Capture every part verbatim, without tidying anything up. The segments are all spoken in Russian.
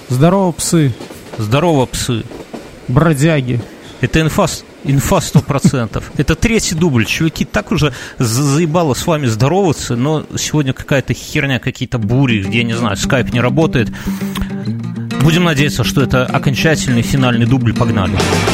Здорово, псы. Здорово, псы. Бродяги. Это инфа, инфа сто процентов. Это третий дубль. Чуваки, так уже заебало с вами здороваться, но сегодня какая-то херня, какие-то бури, где, не знаю, скайп не работает. Будем надеяться, что это окончательный финальный дубль. Погнали.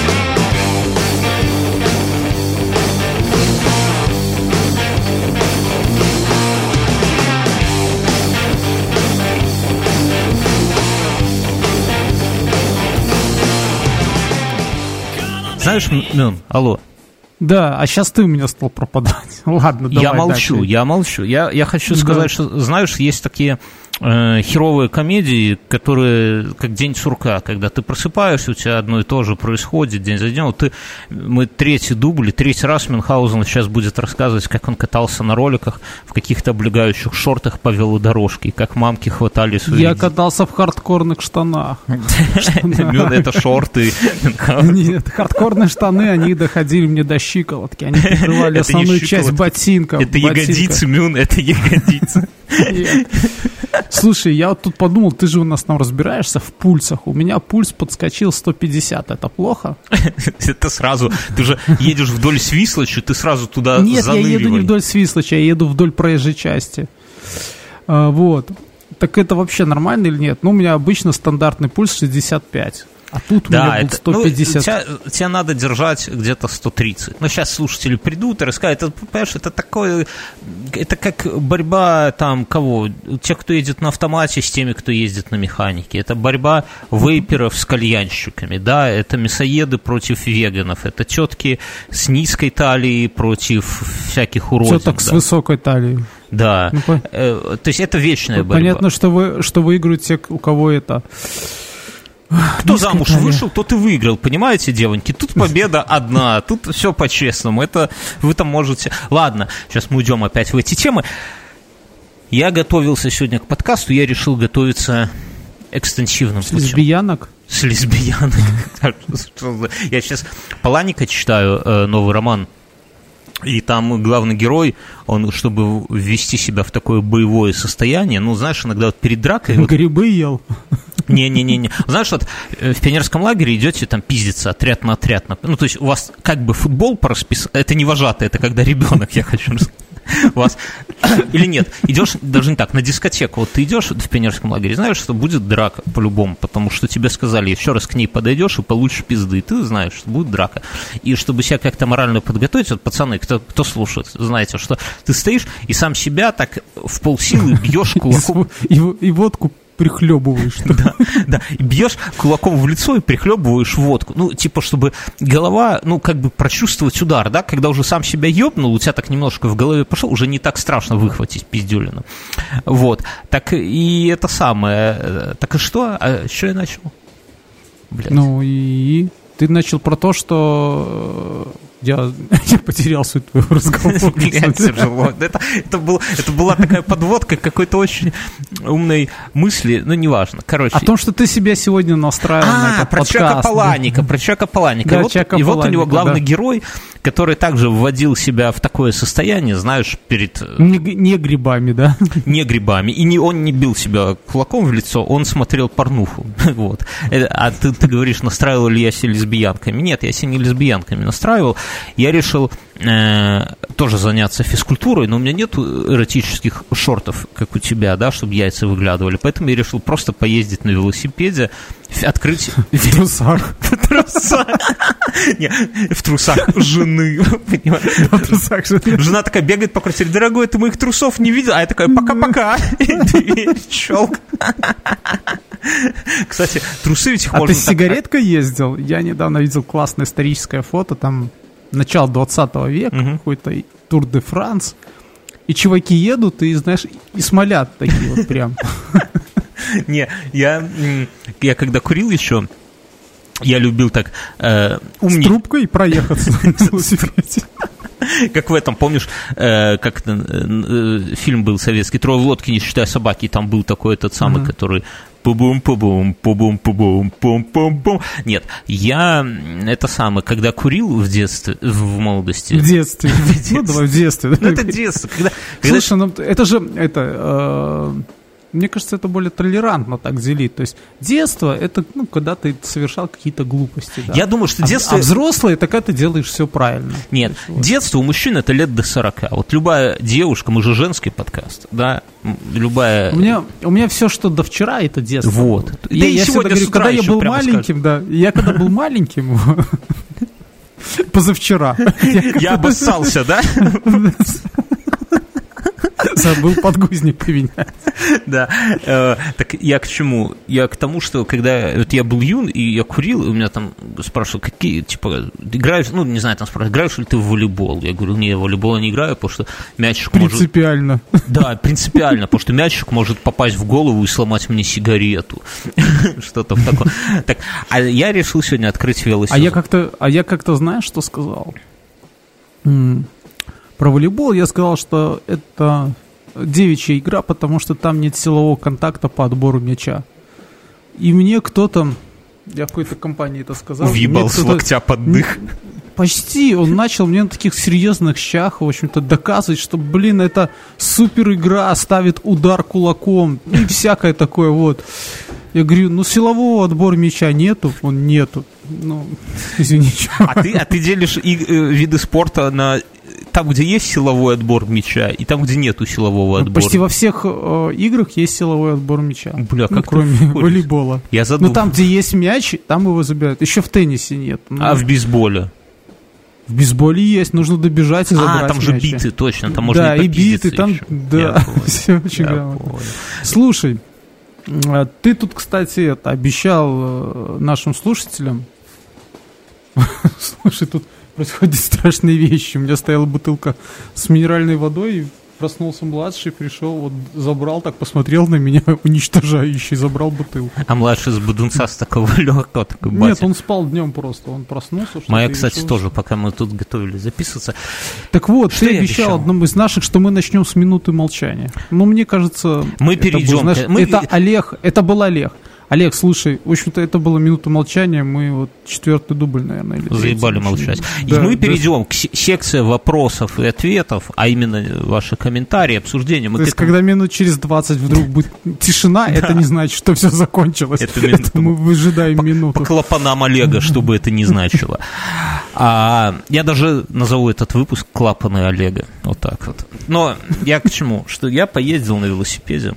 Знаешь, Мюн, алло. Да, а сейчас ты у меня стал пропадать. Ладно, давай. Я молчу, дальше. я молчу. Я, я хочу сказать, да. что, знаешь, есть такие э, херовые комедии, которые как день сурка, когда ты просыпаешься, у тебя одно и то же происходит день за днем. Ты, мы третий дубль, третий раз Мюнхгаузен сейчас будет рассказывать, как он катался на роликах в каких-то облегающих шортах по велодорожке, как мамки хватали свои... Я катался в хардкорных штанах. Мюн, это шорты. Нет, хардкорные штаны, они доходили мне до щиколотки, они прикрывали основную часть ботинков. Это ягодицы, Мюн, это ягодицы. Слушай, я вот тут подумал, ты же у нас там разбираешься в пульсах. У меня пульс подскочил сто пятьдесят, это плохо? Это сразу, ты же едешь вдоль Свислочи, ты сразу туда заныривай. Нет, я еду не вдоль Свислочи, я еду вдоль проезжей части. А, вот. Так это вообще нормально или нет? Ну, у меня обычно стандартный пульс шестьдесят пять. А тут да, у меня был это, сто пятьдесят. Ну, тебя, тебя надо держать где-то сто тридцать. Но сейчас слушатели придут и расскажут, это, понимаешь, это такое, это как борьба там кого? Тех, кто едет на автомате, с теми, кто ездит на механике. Это борьба вейперов с кальянщиками, да, это мясоеды против веганов, это тетки с низкой талией против всяких уродин. Теток да. с высокой талией. Да, ну, по... э, то есть это вечная ну, борьба. Понятно, что, вы, что выиграют те, у кого это... Кто замуж талия. Вышел, тот и выиграл, понимаете, девоньки? Тут победа одна, тут все по-честному. Это вы там можете... Ладно, сейчас мы уйдем опять в эти темы. Я готовился сегодня к подкасту, я решил готовиться экстенсивным путем. С лесбиянок? С лесбиянок. Я сейчас Паланика читаю, новый роман. И там главный герой, он, чтобы ввести себя в такое боевое состояние, ну, знаешь, иногда вот перед дракой... Грибы вот, ел? Не-не-не. Знаешь, вот в пионерском лагере идете там пиздиться отряд на отряд. Ну, то есть у вас как бы футбол по расписанию... Это не вожатый, это когда ребенок, я хочу рассказать. У вас... Или нет, идешь, даже не так, на дискотеку. Вот ты идешь в пионерском лагере, знаешь, что будет драка по-любому, потому что тебе сказали, еще раз к ней подойдешь и получишь пизды. И ты знаешь, что будет драка. И чтобы себя как-то морально подготовить, вот, пацаны, кто, кто слушает, знаете, что ты стоишь и сам себя так в полсилы бьешь кулаком. И, и, и водку прихлебываешь. Да, да, и бьешь кулаком в лицо и прихлебываешь водку. Ну, типа, чтобы голова, ну, как бы прочувствовать удар, да, когда уже сам себя ёбнул, у тебя так немножко в голове пошел, уже не так страшно выхватить пиздюлину. Вот. Так и это самое. Так и что? А что я начал? Блядь. Ну, и ты начал про то, что... Я, я потерял суть твоего разговора. Блядь, тяжело. Это, это, был, это была такая подводка какой-то очень умной мысли, ну, неважно. Короче. О том, что ты себя сегодня настраивал а, на этот про подкаст. Чака Паланика, про Чака Паланика. Да, и вот, Чака и Паланика, вот у него главный да. герой, который также вводил себя в такое состояние, знаешь, перед... Не, не грибами, да? Не грибами. И не, он не бил себя кулаком в лицо, он смотрел порнуху. Вот. А ты, ты говоришь, настраивал ли я себя лесбиянками? Нет, я себя не лесбиянками настраивал. Я решил э, тоже заняться физкультурой, но у меня нет эротических шортов, как у тебя, да, чтобы яйца выглядывали. Поэтому я решил просто поездить на велосипеде, открыть... В трусах. В трусах. Не, в трусах жены. В трусах жены. Жена такая бегает по квартире. Дорогой, ты моих трусов не видел? А я такая, пока-пока. Дверь, щелк. Кстати, трусы ведь их можно... А ты с сигареткой ездил? Я недавно видел классное историческое фото, там начало двадцатого века, uh-huh. какой-то Тур де Франс, и чуваки едут, и, знаешь, и смолят такие вот прям. Не, я, я когда курил еще, я любил так э, умнить. С трубкой проехаться на велосипеде. Как в этом, помнишь, э, как э, э, фильм был советский «Трое в лодке, не считая собаки», и там был такой этот самый, uh-huh. который пу-бум-пу-бум, пу-бум-пу-бум, пум-пум-пум. Нет, я это самое, когда курил в детстве, в молодости. В детстве. В детстве. Ну, давай в детстве. Ну, это детство. Когда, Слушай, когда... ну, это же, это... Э... Мне кажется, это более толерантно так делить. То есть детство — это, ну, когда ты совершал какие-то глупости. Да? Я думаю, что детство... А, а взрослое — это когда ты делаешь все правильно. Нет, есть, вот. Детство у мужчин — это лет до сорока. Вот любая девушка, мы же женский подкаст, да, любая... У меня, у меня все, что до вчера, это детство. Вот. Я, да я всегда говорю, когда я был маленьким, да, я когда был маленьким... Позавчера. Я обоссался, да? Забыл подгузник поменять. Да. Э, так я к чему? Я к тому, что когда вот я был юн, и я курил, и у меня там спрашивали, какие, типа, играешь, ну, не знаю, там спрашивают, играешь ли ты в волейбол? Я говорю, не, в волейбол я не играю, потому что мячик принципиально. может... Да, принципиально, потому что мячик может попасть в голову и сломать мне сигарету. Что-то в таком. Так, а я решил сегодня открыть велосипед. А я как-то, а я как-то, знаешь, что сказал? Про волейбол я сказал, что это девичья игра, потому что там нет силового контакта по отбору мяча. И мне кто-то, я в какой-то компании это сказал... Въебал с локтя под дых. Почти, он начал мне на таких серьезных щах, в общем-то, доказывать, что, блин, это супер игра, ставит удар кулаком и всякое такое вот. Я говорю, ну силового отбора мяча нету, он нету. Ну, извините. А ты, а ты делишь и, э, виды спорта на... Там, где есть силовой отбор мяча, и там, где нету силового отбора. Почти во всех э, играх есть силовой отбор мяча. Бля, ну, как кроме волейбола. Я задумал. Но там, где есть мяч, там его забирают. Еще в теннисе нет. Ну, а в бейсболе? В бейсболе есть, нужно добежать и забрать. А, там мячи. же биты, точно, там можно да, и попиздиться. Да, и биты, там, да, все очень грамотно. Слушай, ты тут, кстати, это, обещал нашим слушателям. Слушай, тут происходят страшные вещи. У меня стояла бутылка с минеральной водой, проснулся младший, пришел, вот забрал, так посмотрел на меня, уничтожающий, забрал бутылку. А младший с будунца с такого легкого, такой батя? Нет, он спал днем просто, он проснулся. Моя, кстати, решил... тоже, пока мы тут готовились записываться. Так вот, что ты обещал, обещал одному из наших, что мы начнем с минуты молчания. Ну, мне кажется... Мы перейдем. Был, знаешь, мы... Это Олег, это был Олег. Олег, слушай, в общем-то, это была минута молчания, мы вот четвертый дубль, наверное. Или заебали молчать. Да, и мы да. перейдем к секции вопросов и ответов, а именно ваши комментарии, обсуждения. Мы То есть, этому... когда минут через двадцать вдруг будет тишина, это не значит, что все закончилось. Это мы выжидаем минуту. По клапанам Олега, что бы это ни значило. Я даже назову этот выпуск «Клапаны Олега». Вот так вот. Но я к чему? Что я поездил на велосипеде.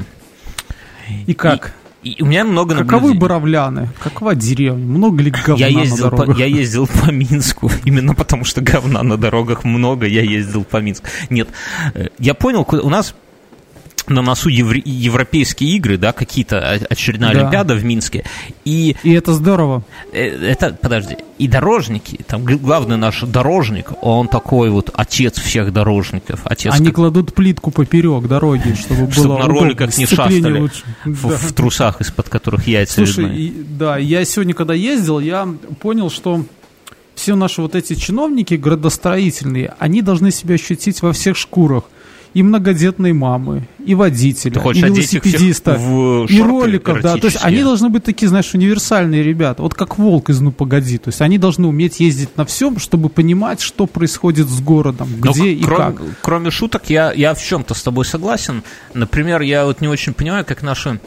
И как? И у меня много наблюдений. Каковы боровляны? Какова деревня? Много ли говна я ездил на дорогах? По, я ездил по Минску. Именно потому, что говна на дорогах много, я ездил по Минску. Нет, я понял, у нас на носу евро- европейские игры, да, какие-то очередная да. Олимпиада в Минске. И, и это здорово. Это, подожди, и дорожники, там главный наш дорожник, он такой вот отец всех дорожников. Отец Они как... кладут плитку поперек дороги, чтобы, чтобы было на роликах не шастали в, да. в трусах, из-под которых яйца Слушай, видны. И, да, я сегодня, когда ездил, я понял, что все наши вот эти чиновники градостроительные, они должны себя ощутить во всех шкурах. И многодетные мамы, и водителя, и велосипедиста, и роликов, да. То есть они должны быть такие, знаешь, универсальные ребята. Вот как волк из «Ну, погоди». То есть они должны уметь ездить на всем, чтобы понимать, что происходит с городом, где Но и кроме, как. Кроме шуток, я, я в чем-то с тобой согласен. Например, я вот не очень понимаю, как наши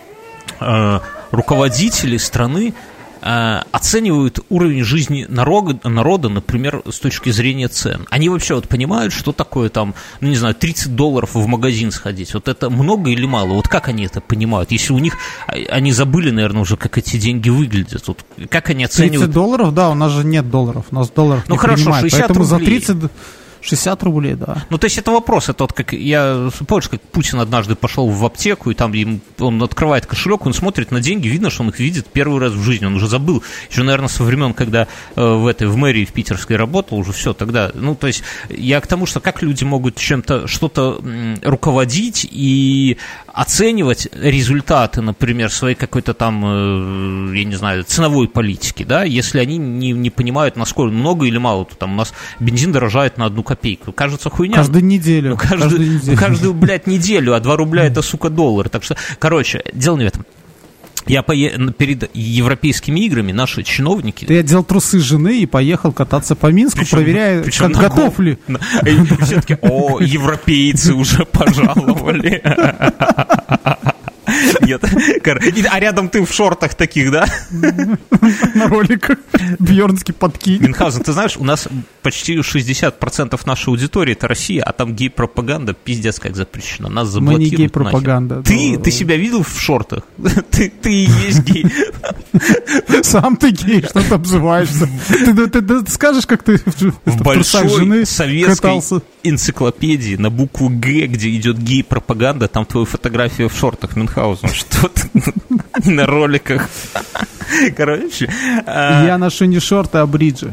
э, руководители страны оценивают уровень жизни народа, народа, например, с точки зрения цен. Они вообще вот понимают, что такое там, ну не знаю, тридцать долларов в магазин сходить. Вот это много или мало? Вот как они это понимают? Если у них, они забыли, наверное, уже, как эти деньги выглядят. Вот как они оценивают? тридцать долларов, да, у нас же нет долларов. У нас долларов ну, не хорошо, принимают. шестьдесят Поэтому рублей. За тридцать... шестьдесят рублей, да. Ну, то есть это вопрос, это вот как, я, помнишь, как Путин однажды пошел в аптеку, и там ему, он открывает кошелек, он смотрит на деньги, видно, что он их видит первый раз в жизни, он уже забыл, еще, наверное, со времен, когда э, в этой, в мэрии в питерской работал, уже все, тогда, ну, то есть я к тому, что как люди могут чем-то, что-то м, руководить и оценивать результаты, например, своей какой-то там, э, я не знаю, ценовой политики, да, если они не, не понимают, насколько много или мало, то там у нас бензин дорожает на одну копейку. Кажется, хуйня. Каждую неделю. Ну, каждую, каждую, неделю. Ну, каждую, блядь, неделю, а два рубля это, сука, доллар. Так что, короче, дело не в этом. Я пое... перед европейскими играми наши чиновники... Ты одел трусы жены и поехал кататься по Минску, причем, проверяя, причем как готов ли. И все таки, о, европейцы уже пожаловали. нет. А рядом ты в шортах таких, да? На роликах. Бьернский подкинь. Мюнхгаузен, ты знаешь, у нас почти шестьдесят процентов нашей аудитории — это Россия, а там гей-пропаганда пиздец как запрещена. Нас заблокируют. Мы не гей-пропаганда. Ты, ты себя видел в шортах? Ты, ты и есть гей. Сам ты гей, что ты обзываешься. Ты, ты, ты, ты скажешь, как ты в большой советской энциклопедии на букву «Г», где идет гей-пропаганда, там твоя фотография в шортах, Мюнхгаузен. Что ты на роликах? Короче. Я ношу не шорты, а бриджи.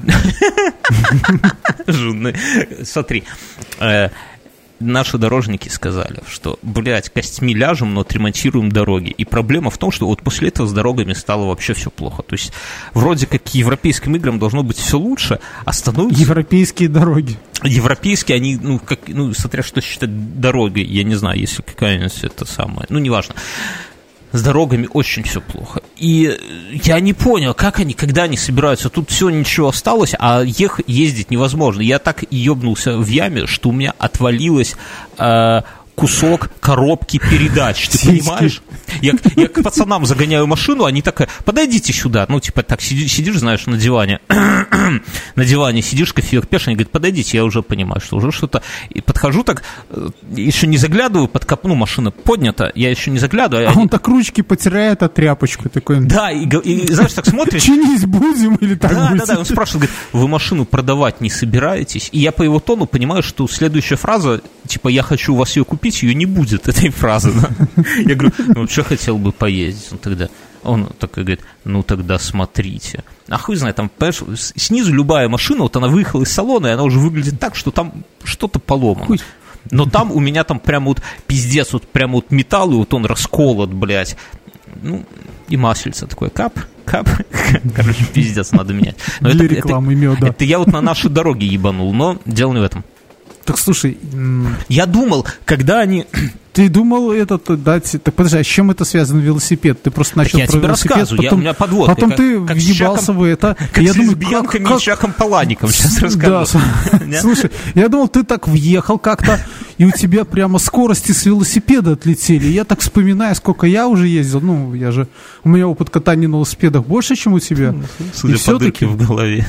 Смотри. Наши дорожники сказали, что, блядь, костьми ляжем, но отремонтируем дороги. И проблема в том, что вот после этого с дорогами стало вообще все плохо. То есть вроде как к европейским играм должно быть все лучше, а становится... Европейские дороги. Европейские, они, ну, как, ну, смотря что считать дорогой, я не знаю, если какая-нибудь это самое, ну, неважно. С дорогами очень все плохо. И я не понял, как они, когда они собираются. Тут все, ничего осталось, а ех, ездить невозможно. Я так ебнулся в яме, что у меня отвалилось э, кусок коробки передач. Ты понимаешь? Я, я к пацанам загоняю машину, они так, подойдите сюда. Ну, типа, так сидишь, сидишь знаешь, на диване. На диване сидишь, кофеек пьешь, они говорят, подойдите, я уже понимаю, что уже что-то. И подхожу так, еще не заглядываю под капот, ну, машина поднята, я еще не заглядываю. А они... он так ручки потеряет, а тряпочку такой. Да, и, и знаешь, так смотришь. Чинить будем или так да, будете? Да, да, он спрашивает, говорит, вы машину продавать не собираетесь? И я по его тону понимаю, что следующая фраза, типа, я хочу у вас ее купить, ее не будет, этой фразы. Да? Я говорю, ну, вообще хотел бы поездить. Он тогда, он такой говорит, ну, тогда смотрите. А хуй знает, там, понимаешь, снизу любая машина, вот она выехала из салона, и она уже выглядит так, что там что-то поломано. Хуй. Но там у меня там прямо вот пиздец, вот прямо вот металл, и вот он расколот, блядь. Ну, и маслица такое, кап, кап. Короче, пиздец, надо менять. Но для это, рекламы это, меда. Это я вот на наши дороги ебанул, но дело не в этом. Так слушай, я думал, когда они... Ты думал этот дать... Так подожди, а с чем это связано, велосипед? Ты просто начал так я про тебе велосипед, рассказываю, потом, я, у меня подводка. Потом как, ты как въебался Чаком, в это. Как я с думаю, лесбиянками как, и Чаком Палаником сейчас рассказываю. Да, слушай, я думал, ты так въехал как-то, и у тебя прямо скорости с велосипеда отлетели. Я так вспоминаю, сколько я уже ездил. Ну, я же... У меня опыт катания на велосипедах больше, чем у тебя. Судя по дырке в голове.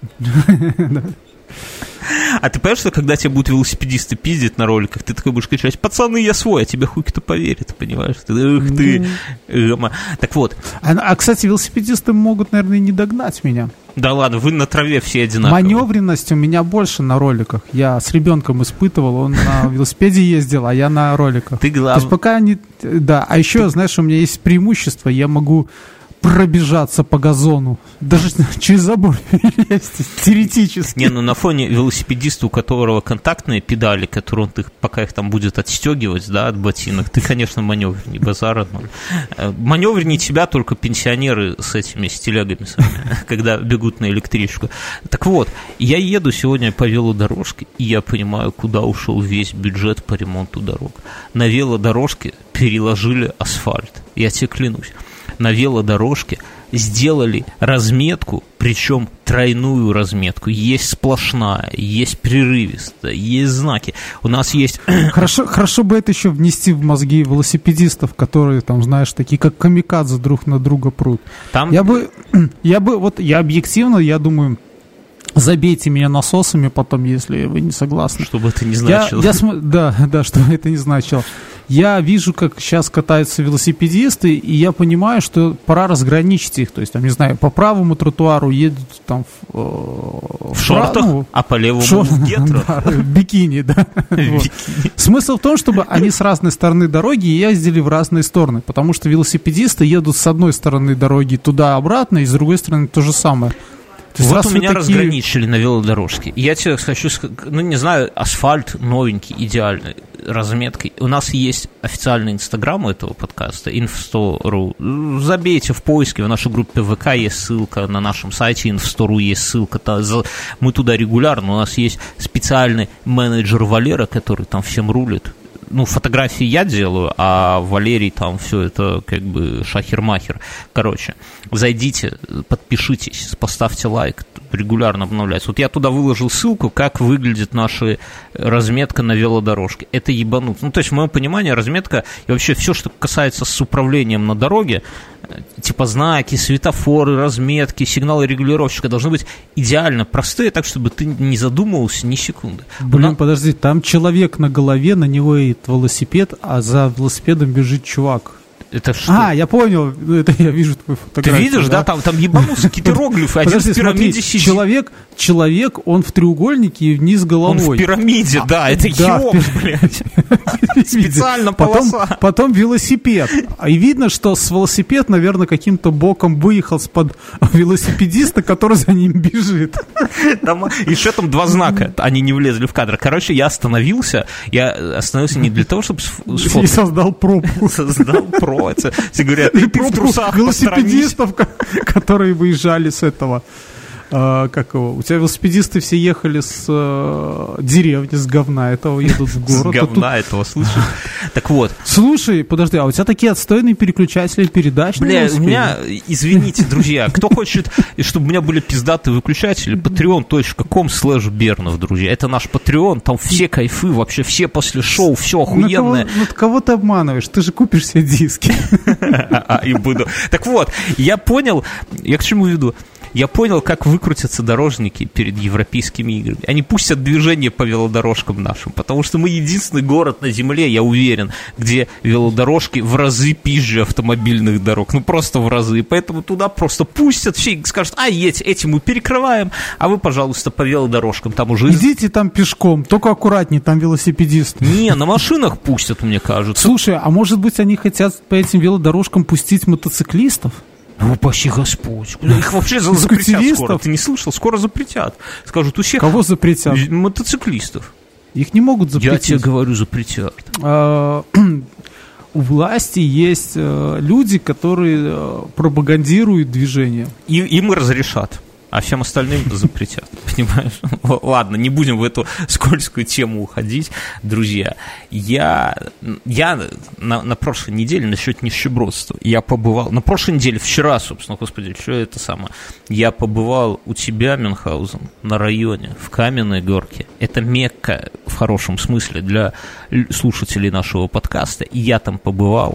А ты понимаешь, что когда тебя будут велосипедисты пиздить на роликах, ты такой будешь кричать, пацаны, я свой, а тебе хуй кто поверит, понимаешь? Ты, ух ты, эма. Так вот. А, а, кстати, велосипедисты могут, наверное, не догнать меня. Да ладно, вы на траве все одинаковые. Маневренность у меня больше на роликах. Я с ребенком испытывал, он на велосипеде ездил, а я на роликах. Ты главное. То есть пока они... Да, а еще, ты... знаешь, у меня есть преимущество, я могу... пробежаться по газону, даже через забор перелезть, теоретически. Не, ну на фоне велосипедиста, у которого контактные педали, которые он, ты, пока их там будет отстегивать, да, от ботинок, ты, конечно, маневренней, базара. Маневренней тебя только пенсионеры с этими, с телегами, когда бегут на электричку. Так вот, я еду сегодня по велодорожке, и я понимаю, куда ушел весь бюджет по ремонту дорог. На велодорожке переложили асфальт, я тебе клянусь. На велодорожке сделали разметку, причем тройную разметку. Есть сплошная, есть прерывистая, есть знаки. У нас есть... Хорошо, хорошо бы это еще внести в мозги велосипедистов, которые, там, знаешь, такие как камикадзе друг на друга прут. Там... Я бы, я бы, вот я объективно, я думаю... Забейте меня насосами потом, если вы не согласны. Что бы это ни значило. Я, я см... Да, да, что бы это ни значило. Я вижу, как сейчас катаются велосипедисты, и я понимаю, что пора разграничить их. То есть, там, не знаю, по правому тротуару едут там в, в, в шортах, ну, а по левому шор... в гетро. Да, в бикини, да. Вот. Смысл в том, чтобы они с разной стороны дороги ездили в разные стороны, потому что велосипедисты едут с одной стороны дороги туда-обратно, и с другой стороны то же самое. То вот у меня такие... разграничили на велодорожке. Я тебе хочу сказать, ну, не знаю, асфальт новенький, идеальный, разметкой. У нас есть официальный инстаграм у этого подкаста, инфсто точка ру. Забейте в поиске, в нашей группе ВК есть ссылка, на нашем сайте инфсто точка ру есть ссылка. Мы туда регулярно, у нас есть специальный менеджер Валера, который там всем рулит. ну, фотографии я делаю, а Валерий там все это как бы шахер-махер. Короче, зайдите, подпишитесь, поставьте лайк, регулярно обновляется. Вот я туда выложил ссылку, как выглядит наша разметка на велодорожке. Это ебанут. Ну, то есть, в моем понимании, разметка и вообще все, что касается с управлением на дороге, типа знаки, светофоры, разметки, сигналы регулировщика должны быть идеально простые, так, чтобы ты не задумывался ни секунды. Блин, Но... подожди, там человек на голове, на него едет велосипед, а за велосипедом бежит чувак. Это что? А, я понял, это я вижу твою фотографию. Ты видишь, да, да? там, там ебанулся какие-то иероглифы, один Подожди, в пирамиде смотри, сидит. Человек, человек, он в треугольнике и вниз головой. Он в пирамиде, а, да, это да, ёб, блядь. Специально полоса. Потом велосипед. И видно, что с велосипед, наверное, каким-то боком выехал с-под велосипедиста, который за ним бежит. Там, еще там два знака, они не влезли в кадр. Короче, я остановился, я остановился не для того, чтобы сфоткать. И создал пробку. Создал пробку. Все говорят, ты, ты в трусах велосипедистов, которые выезжали с этого. А, как его? У тебя велосипедисты все ехали с э, деревни, с говна этого, едут в город. С говна а тут... этого, слышишь? Так вот. Слушай, подожди, а у тебя такие отстойные переключатели передач? Бля, у меня, извините, друзья, кто хочет, чтобы у меня были пиздатые выключатели, patreon точка com слэш бернов, друзья. Это наш Patreon, там все кайфы, вообще все после шоу, все охуенное. Ну кого ты обманываешь? Ты же купишь себе диски. И буду. Так вот, я понял, я к чему веду? Я понял, как выкрутятся дорожники перед европейскими играми. Они пустят движение по велодорожкам нашим, потому что мы единственный город на земле, я уверен, где велодорожки в разы пизже автомобильных дорог. Ну, просто в разы. И поэтому туда просто пустят, все и скажут, а, едь, эти мы перекрываем, а вы, пожалуйста, по велодорожкам. Там уже... Идите там пешком, только аккуратнее, там велосипедисты. Не, на машинах пустят, мне кажется. Слушай, а может быть они хотят по этим велодорожкам пустить мотоциклистов? Ну, упаси Господь. Их вообще запретят скоро. Ты не слышал? Скоро запретят. Скажут, у всех... Кого запретят? Мотоциклистов. Их не могут запретить. Я тебе говорю, запретят. А, у власти есть а, люди, которые а, пропагандируют движение. И им разрешат. А всем остальным запретят, понимаешь? Ладно, не будем в эту скользкую тему уходить, друзья. Я, я на, на прошлой неделе, насчет нищебродства, я побывал, на прошлой неделе, вчера, собственно, господи, что это самое, я побывал у тебя, Мюнхгаузен, на районе, в Каменной Горке. Это Мекка, в хорошем смысле, для слушателей нашего подкаста, и я там побывал.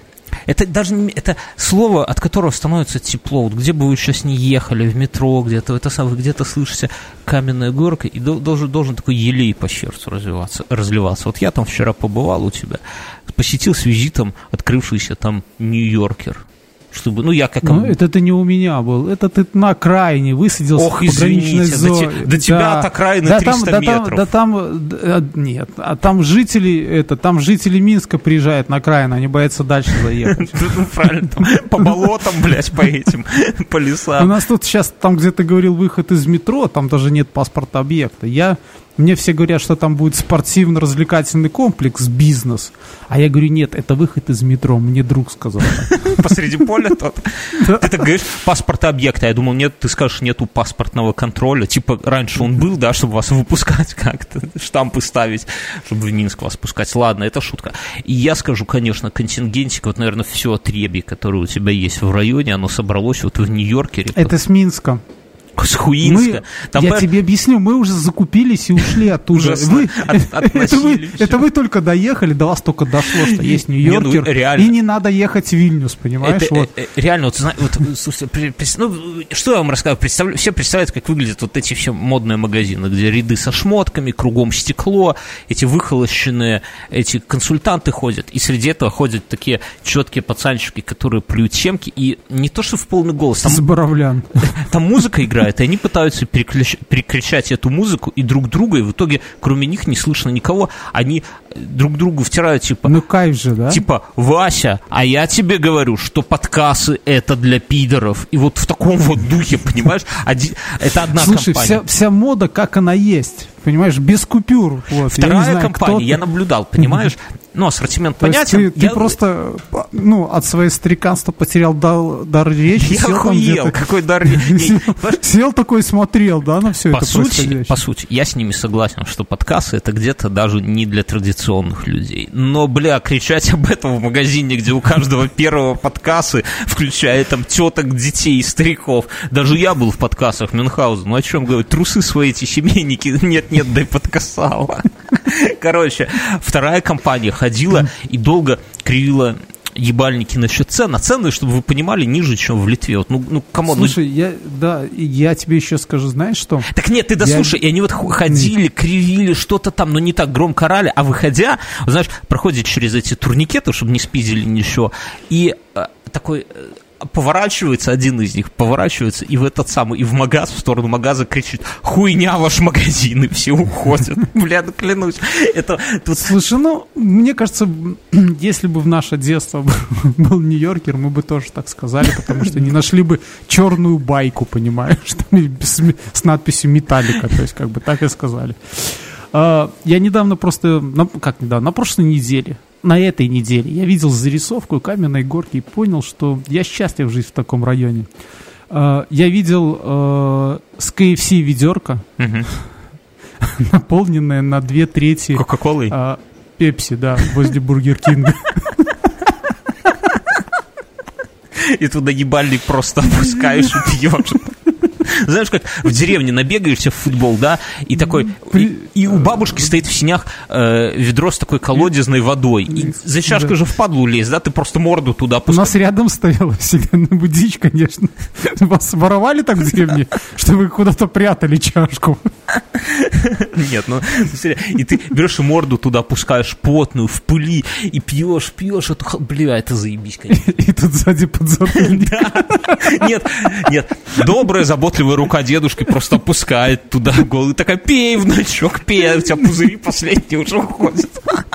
Это даже не, это слово, от которого становится тепло. Вот где бы вы сейчас не ехали, в метро где-то, это самое, где-то слышите Каменная Горка, и должен, должен такой елей по сердцу развиваться, разливаться. Вот я там вчера побывал у тебя, посетил с визитом открывшийся там Нью-Йоркер. Чтобы, ну, я как... Ну, это ты не у меня был, это ты на окраине высадился. Ох, в пограничной зоне. До, до тебя да. От окраины да, триста там, метров. Да там, да там, нет, а там жители, это, там жители Минска приезжают на окраину, они боятся дальше заехать. Ну, правильно, по болотам, блядь, по этим, по лесам. У нас тут сейчас, там, где ты говорил, выход из метро, там даже нет паспорта объекта. Я... Мне все говорят, что там будет спортивно-развлекательный комплекс, бизнес. А я говорю, нет, это выход из метро, мне друг сказал. Посреди поля тот? Ты так говоришь, паспорта объекта. Я думал, нет, ты скажешь, нету паспортного контроля. Типа, раньше он был, да, чтобы вас выпускать как-то, штампы ставить, чтобы в Минск вас пускать. Ладно, это шутка. И я скажу, конечно, контингентик, вот, наверное, все отребье, которое у тебя есть в районе, оно собралось вот в Нью-Йоркере. Это с Минска. С Хуинска. Мы, я по... тебе объясню, мы уже закупились и ушли оттуда. Вы, от, это, вы, это вы только доехали, до вас только дошло, что есть Нью-Йоркер, не, ну, и не надо ехать в Вильнюс, понимаешь? Это, вот. э, реально, вот, вот слушайте, ну, что я вам рассказываю? Представля, все представляют, как выглядят вот эти все модные магазины, где ряды со шмотками, кругом стекло, эти выхолощенные, эти консультанты ходят, и среди этого ходят такие четкие пацанчики, которые плюют темки, и не то, что в полный голос. Там, с Боровлян. Там музыка играет, и они пытаются переключ... перекричать эту музыку и друг друга, и в итоге кроме них не слышно никого, они друг другу втирают, типа... Ну кайф же, да? Типа, Вася, а я тебе говорю, что подкасы это для пидоров. И вот в таком вот духе, понимаешь? Один... Это одна Слушай, компания. Вся, вся мода, как она есть, понимаешь, без купюр. Вот. Вторая я знаю, компания, я наблюдал, понимаешь? Ну, ассортимент понятен. Ты, ты я... просто, ну, от своего стариканства потерял дар, дар речи. Я охуел, какой дар речи. Сел такой и смотрел, да, на все это происходящее. По сути, я с ними согласен, что подкасты это где-то даже не для традиционных традиционных людей. Но, бля, кричать об этом в магазине, где у каждого первого подкассы, включая там теток, детей и стариков. Даже я был в подкассах Мюнхгаузена. Ну, о чем говорить? Трусы свои эти семейники. Нет-нет, дай подкасала. Короче, вторая компания ходила и долго кривила ебальники насчет цен, а цены, чтобы вы понимали, ниже, чем в Литве. Вот, ну, ну, камон. Слушай, ну... я, да, я тебе еще скажу, знаешь что? Так нет, ты дослушай, я... и они вот ходили, кривили, что-то там, но не так громко орали, а выходя, вот, знаешь, проходит через эти турникеты, чтобы не спиздили ничего, и э, такой... Э, поворачивается один из них, поворачивается и в этот самый, и в магаз, в сторону магаза кричит: хуйня ваш магазин, и все уходят. Бля, ну клянусь. Это тут... Слушай, ну, мне кажется, если бы в наше детство был Нью-Йоркер, мы бы тоже так сказали, потому что не нашли бы черную байку, понимаешь, с надписью «Металлика», то есть как бы так и сказали. Я недавно просто, как недавно, на прошлой неделе, на этой неделе я видел зарисовку каменной горки и понял, что я счастлив жить в таком районе. Я видел э, с кей эф си ведерко, угу. наполненное на две трети Кока-колой? Э, Пепси, да, возле Бургер Кинга. И туда ебальник просто опускаешь и пьешь. Знаешь, как в деревне набегаешься в футбол, да, и такой, и, и у бабушки стоит в синях э, ведро с такой колодезной водой, и за чашкой да. же в падлу лезть, да, ты просто морду туда опускаешь. У нас рядом стояла всегда дичь, конечно. Вас воровали так в деревне, что вы куда-то прятали чашку? Нет, ну, и ты берешь и морду туда опускаешь, потную, в пыли, и пьешь, пьешь, это, бля, это заебись, конечно. И тут сзади подзатыльник. Нет, нет, добрая, заботливая рука дедушки просто опускает туда голову, такая: пей, внучок, пей, у тебя пузыри последние уже уходят.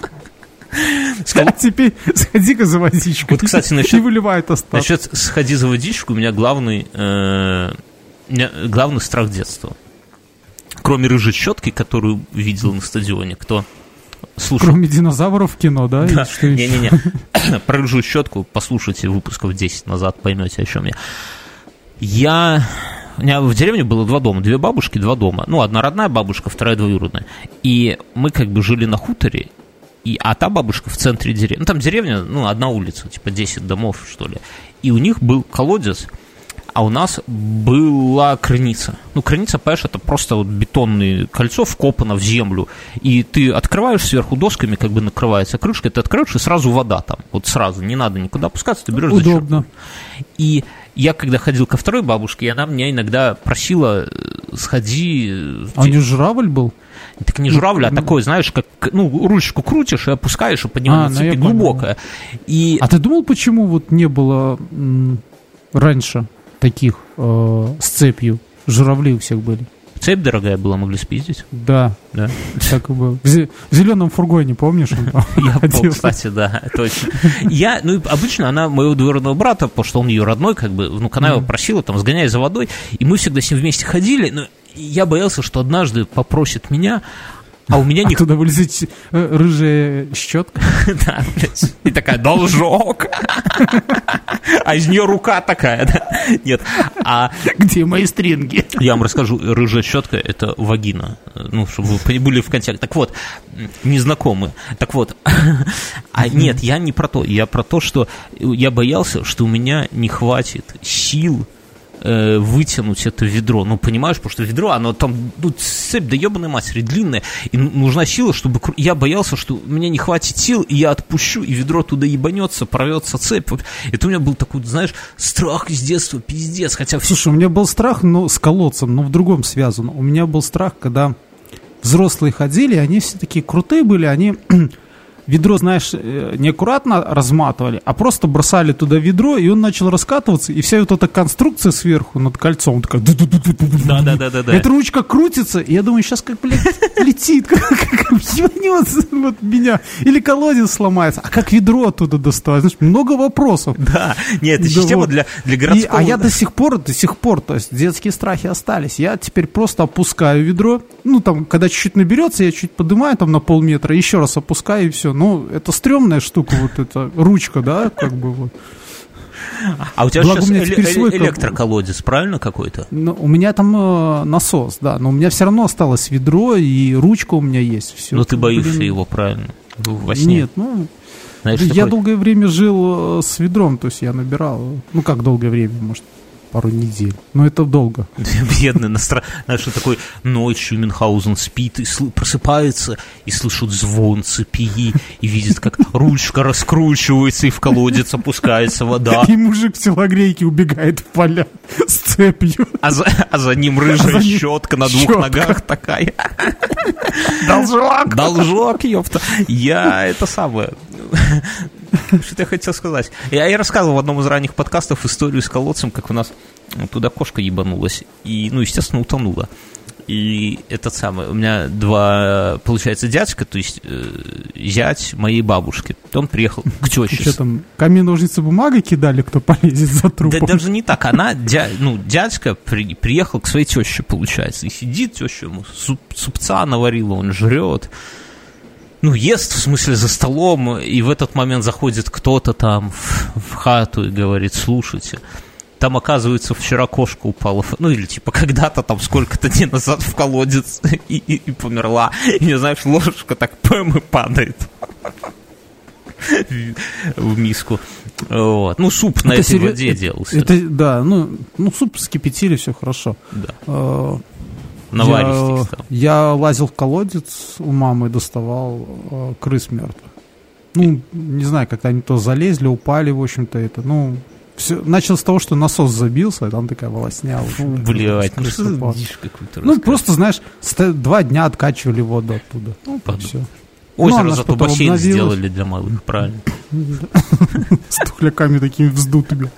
Сказал, теперь сходи-ка за водичку. Вот, кстати, насчет, не выливает остаток. Насчет «сходи за водичку» у меня главный, э, у меня главный страх детства. Кроме рыжей щетки, которую видел на стадионе, кто слушал. Кроме динозавров в кино, да? Да. Не-не-не. Про рыжую щетку послушайте выпусков десять назад, поймете, о чем я. Я... У меня в деревне было два дома, две бабушки, два дома. Ну, одна родная бабушка, вторая двоюродная. И мы как бы жили на хуторе, и, а та бабушка в центре деревни. Ну, там деревня, ну, одна улица, типа десять домов, что ли. И у них был колодец, а у нас была крыница. Ну, крыница, понимаешь, это просто вот бетонное кольцо вкопано в землю. И ты открываешь сверху досками, как бы накрывается крышка, ты открываешь, и сразу вода там. Вот сразу, не надо никуда опускаться, ты берешь зачем. Удобно. И я, когда ходил ко второй бабушке, она меня иногда просила: сходи... А у нее журавль был? Так не журавль, а такой, знаешь, как, ну, ручку крутишь и опускаешь, и поднимаешь, а, цепь глубокая. И... А ты думал, почему вот не было м- раньше таких э, с цепью? Журавли у всех были. Цепь дорогая была, могли спиздить. Да, да. Так и было. В, зе- в зеленом фургоне, помнишь? Я помню, кстати, да, точно. Я, ну, обычно она моего двоюродного брата, потому что он ее родной, как бы, ну, она его просила, там, сгоняй за водой, и мы всегда с ним вместе ходили, но я боялся, что однажды попросит меня, а у меня не... Оттуда вылезет рыжая щетка. Да, блядь. И такая: должок. А из нее рука такая, да? Нет. А где мои стринги? Я вам расскажу. Рыжая щетка — это вагина. Ну, чтобы вы были в контексте. Так вот, незнакомые. Так вот. А нет, я не про то. Я про то, что я боялся, что у меня не хватит сил вытянуть это ведро, ну, понимаешь, потому что ведро, оно там, ну, цепь, да ебаная матери, длинная, и нужна сила, чтобы... Я боялся, что у меня не хватит сил, и я отпущу, и ведро туда ебанется, порвется цепь. Это у меня был такой, знаешь, страх из детства, пиздец, хотя... Слушай, у меня был страх, но с колодцем, но в другом связан. У меня был страх, когда взрослые ходили, они все такие крутые были, они... Ведро, знаешь, неаккуратно разматывали, а просто бросали туда ведро, и он начал раскатываться, и вся вот эта конструкция сверху над кольцом такая... Да-да-да. Эта ручка крутится, и я думаю, сейчас как, блядь, летит, как ебанется вот меня, или колодец сломается, а как ведро оттуда доставать? Знаешь, много вопросов. Да, нет, это система для городского... А я до сих пор, до сих пор, то есть детские страхи остались. Я теперь просто опускаю ведро, ну, там, когда чуть-чуть наберется, я чуть поднимаю там на полметра, еще раз опускаю, и все. Ну, это стрёмная штука, вот эта ручка, да, как бы вот. А у тебя Благо, сейчас эле- электроколодец, правильно, какой-то? Ну, у меня там э, насос, да, но у меня все равно осталось ведро, и ручка у меня есть. Все. Но ты боишься Блин. его, правильно? Во сне? Нет, ну... Знаешь, я такой... долгое время жил с ведром, то есть я набирал, ну как долгое время, может, пару недель, но это долго. Бедный, настро... знаешь, что такой ночью Мюнхгаузен спит и сл... просыпается и слышит звон цепи и видит, как ручка раскручивается и в колодец опускается вода. И мужик в телогрейке убегает в поля с цепью. А за, а за ним рыжая а за ним... щетка на двух щетка. Ногах такая. Должок! Должок, ёпта. Я это самое... Что-то я хотел сказать. Я, я рассказывал в одном из ранних подкастов историю с колодцем, как у нас туда кошка ебанулась. И, ну, естественно, утонула. И этот самый, у меня два, получается, дядька, то есть э, зять моей бабушки. Он приехал к теще. Что там, камень, ножницы, бумага кидали, кто полезет за трупом? Да, даже не так. Она, дя, ну, дядька при, приехал к своей теще, получается. И сидит теща ему, суп, супца наварила, он жрет. Ну, ест, в смысле, за столом, и в этот момент заходит кто-то там в, в хату и говорит: слушайте, там, оказывается, вчера кошка упала, ну, или, типа, когда-то там сколько-то дней назад в колодец и, и, и померла. И, не знаешь, ложечка так пэм и падает в миску. Вот. Ну, суп на этой воде делался. Это, да, ну, ну, суп скипятили, все хорошо. Да. Наваристый стал. Я лазил в колодец у мамы, доставал э, крыс мертвых. Ну, не знаю, как-то они то залезли, упали, в общем-то, это, ну, все. Начал с того, что насос забился, и там такая волосня. Фу, блядь, ну что за дичь какую-то Ну, просто, знаешь, два дня откачивали воду оттуда. Ну, все. Озеро ну, зато бассейн обновилась. Сделали для малых, правильно. С тухляками такими вздутыми.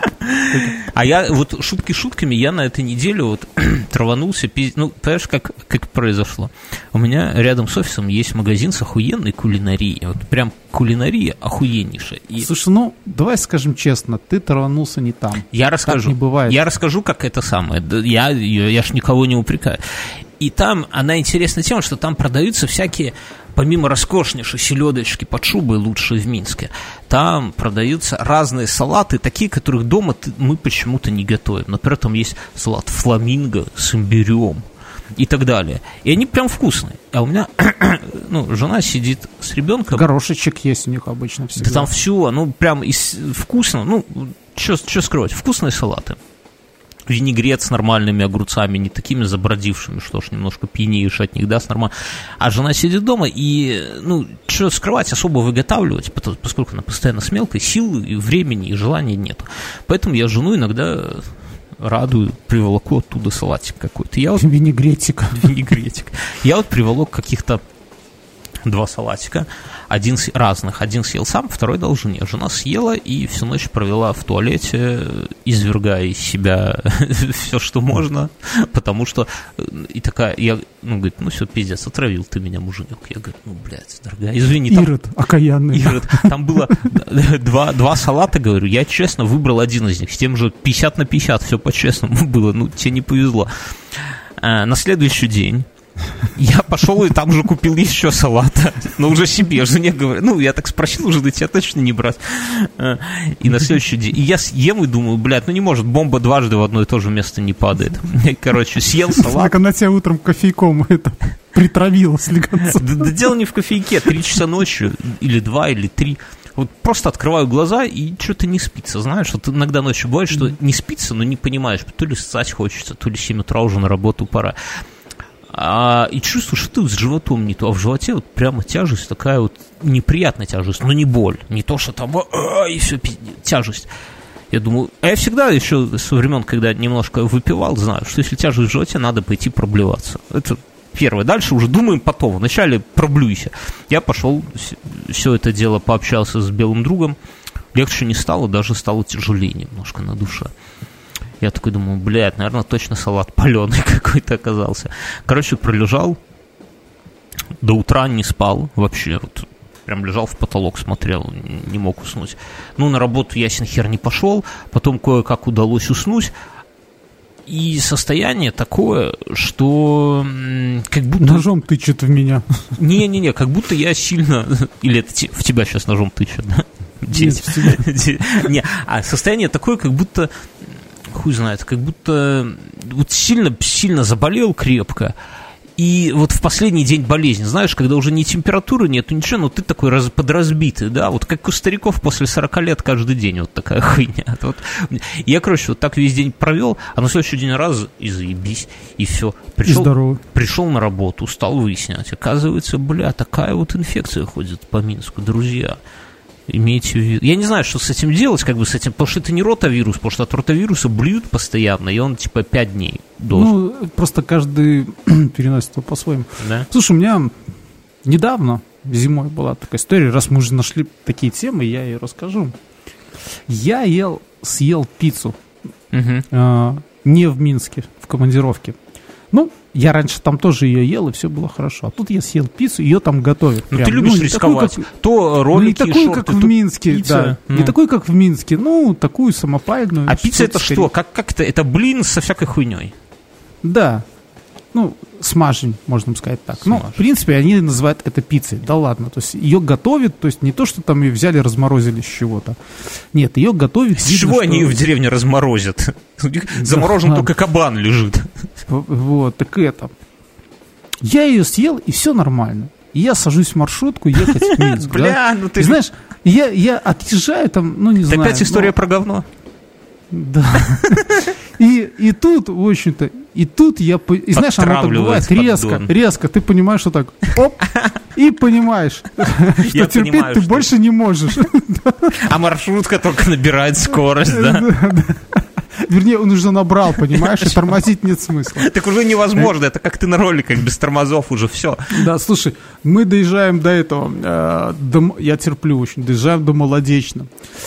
А я вот шутки шутками, я на этой неделе вот траванулся, ну, понимаешь, как, как произошло. У меня рядом с офисом есть магазин с охуенной кулинарией. Вот прям кулинария охуеннейшая. И... Слушай, ну, давай скажем честно, ты траванулся не там. Я расскажу. Так не бывает. Я расскажу, как это самое. Я, я, я ж никого не упрекаю. И там она интересна тем, что там продаются всякие, помимо роскошнейшей селедочки под шубой, лучшей в Минске, там продаются разные салаты, такие, которых дома мы почему-то не готовим. Например, там есть салат фламинго с имбирем и так далее. И они прям вкусные. А у меня, ну, жена сидит с ребенком. Горошечек есть у них обычно всегда. Да там все, ну, прям из, вкусно. Ну, что скрывать, вкусные салаты. Винегрет с нормальными огурцами, не такими забродившими, что ж, немножко пьянеешь от них, да, с нормально. А жена сидит дома, и, ну, что скрывать, особо выготавливать, поскольку она постоянно с мелкой, сил и времени, и желания нет. Поэтому я жену иногда радую, приволоку оттуда салатик какой-то. Я вот... Винегретик. Винегретик. Я вот приволок каких-то два салатика, один с... разных. Один съел сам, второй дал жене. Жена съела и всю ночь провела в туалете, извергая из себя все, что можно, потому что и такая, я, ну, говорит, ну все, пиздец, отравил ты меня, муженек. Я говорю, ну, блядь, дорогая, извини. Там... Ирод, окаянный. Ирод, там было два, два салата, говорю, я честно выбрал один из них, с тем же пятьдесят на пятьдесят, все по-честному было, ну, тебе не повезло. А, на следующий день я пошел и там же купил еще салата, но уже себе, жене говорю, ну, я так спросил у жены, тебя точно не брать. И на следующий день, и я съем и думаю, блядь, ну не может, бомба дважды в одно и то же место не падает. Короче, съел салат. Так она тебя утром кофейком это притравила слегка. Да, да дело не в кофейке, три часа ночи, или два, или три. Вот просто открываю глаза, и что-то не спится, знаешь, вот иногда ночью бывает, что не спится, но не понимаешь, то ли ссать хочется, то ли в семь утра уже на работу пора. А, и чувствую, что ты с животом не то, а в животе вот прямо тяжесть, такая вот неприятная тяжесть, но не боль, не то, что там и все, тяжесть. Я думаю, а я всегда еще со времен, когда немножко выпивал, знаю, что если тяжесть в животе, надо пойти проблеваться. Это первое. Дальше уже думаем потом, вначале проблюйся. Я пошел, все это дело пообщался с белым другом, легче не стало, даже стало тяжелее немножко на душе. Я такой думаю, блядь, наверное, точно салат паленый какой-то оказался. Короче, пролежал, до утра не спал вообще, вот, прям лежал в потолок, смотрел, не мог уснуть. Ну, на работу ясен хер не пошел, потом кое-как удалось уснуть. И состояние такое, что как будто... Ножом тычет в меня. Не-не-не, как будто я сильно... Или это в тебя сейчас ножом тычет, да? Нет, не, а состояние такое, как будто... Хуй знает, как будто вот сильно, сильно заболел крепко, И вот в последний день болезни, знаешь, когда уже ни температуры нету, ничего, но ты такой раз, подразбитый, да, вот как у стариков после сорока лет каждый день вот такая хуйня. Вот. Я, короче, вот так весь день провел, а на следующий день раз и заебись, и все. Пришел, и здорово. Пришел на работу, стал выяснять. Оказывается, бля, такая вот инфекция ходит по Минску, друзья. Имейте в виду. Я не знаю, что с этим делать, как бы с этим, потому что это не ротавирус, потому что от ротавируса блюют постоянно, и он типа пять дней должен. Ну, просто каждый переносит его по-своему. Да? Слушай, у меня недавно, зимой была такая история, раз мы уже нашли такие темы, я ее расскажу. Я ел, съел пиццу Угу. э, не в Минске, в командировке. Ну, я раньше там тоже ее ел, и все было хорошо. А тут я съел пиццу, ее там готовят. Ну, прям. ты любишь ну, рисковать. Такую, как, то ролики, ну, не такую, шорты, как в то Минске, пицца. да. Ну. Не такую, как в Минске, ну, такую самопальную. А пицца это скорее. что? Как, как это? Это блин со всякой хуйней. Да. Ну, смажень, можно сказать так. Смажень. Ну, в принципе, они называют это пиццей. Да ладно. То есть ее готовят, то есть не то, что там ее взяли, разморозили с чего-то. Нет, ее готовят. С видно, чего что... они ее в деревне разморозят? Заморожен Да, только кабан лежит. Вот, так это. Я ее съел, и все нормально. И я сажусь в маршрутку ехать в Минск. Бля, ну ты... И знаешь, я, я отъезжаю там, ну не Это знаю. опять история ну, про говно. Да. И, и тут, в общем-то, и тут я, по- и знаешь, оно так бывает резко, поддон. резко, ты понимаешь, что так, оп, и понимаешь, что Я терпеть понимаю, ты что- больше не можешь. А маршрутка только набирает скорость, да? Вернее, он уже набрал, понимаешь, и тормозить нет смысла. Так уже невозможно, это как ты на роликах без тормозов уже все. Да, слушай, мы доезжаем до этого, э, до М- я терплю очень, доезжаем до Молодечно.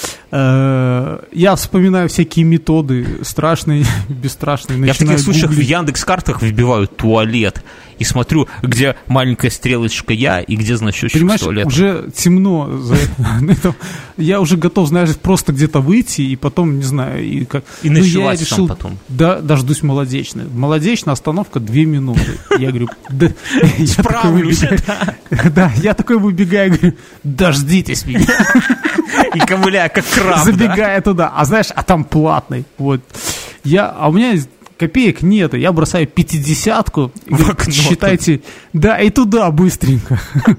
Э, я вспоминаю всякие методы, страшные, бесстрашные. Я в таких начинаю случаях в гуглить. Яндекс.Картах вбиваю туалет и смотрю, где маленькая стрелочка я и где значочек с Понимаешь, туалетом. уже темно. за это. Я уже готов, знаешь, просто где-то выйти и потом, не знаю, и как. И Ну, я ночевать там решил, потом. Да, дождусь Молодечной. Молодечная остановка две минуты. Я говорю, да, я такой Справлюсь, выбегаю. Да, я такой выбегаю, говорю, дождитесь меня. И ковыляя, как краб, да? Забегая туда. А знаешь, а там платный. Вот. Я, а у меня копеек нет, я бросаю пятидесятку. и В говорю, окно. считайте, да, и туда быстренько.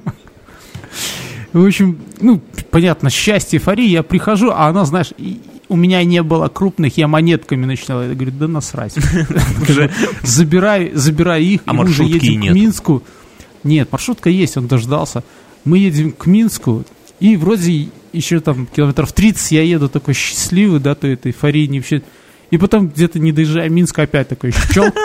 В общем, ну, понятно, счастье, эйфория, я прихожу, а она, знаешь, и у меня не было крупных, я монетками начинала. Я говорю, да насрать. Уже- Забирай, забирай их, А и мы уже маршрутки едем к нету? Минску. Нет, маршрутка есть, он дождался. Мы едем к Минску, и вроде еще там километров тридцать я еду такой счастливый, да, то этой эйфории не вообще. И потом где-то не доезжая Минска опять такой щелк.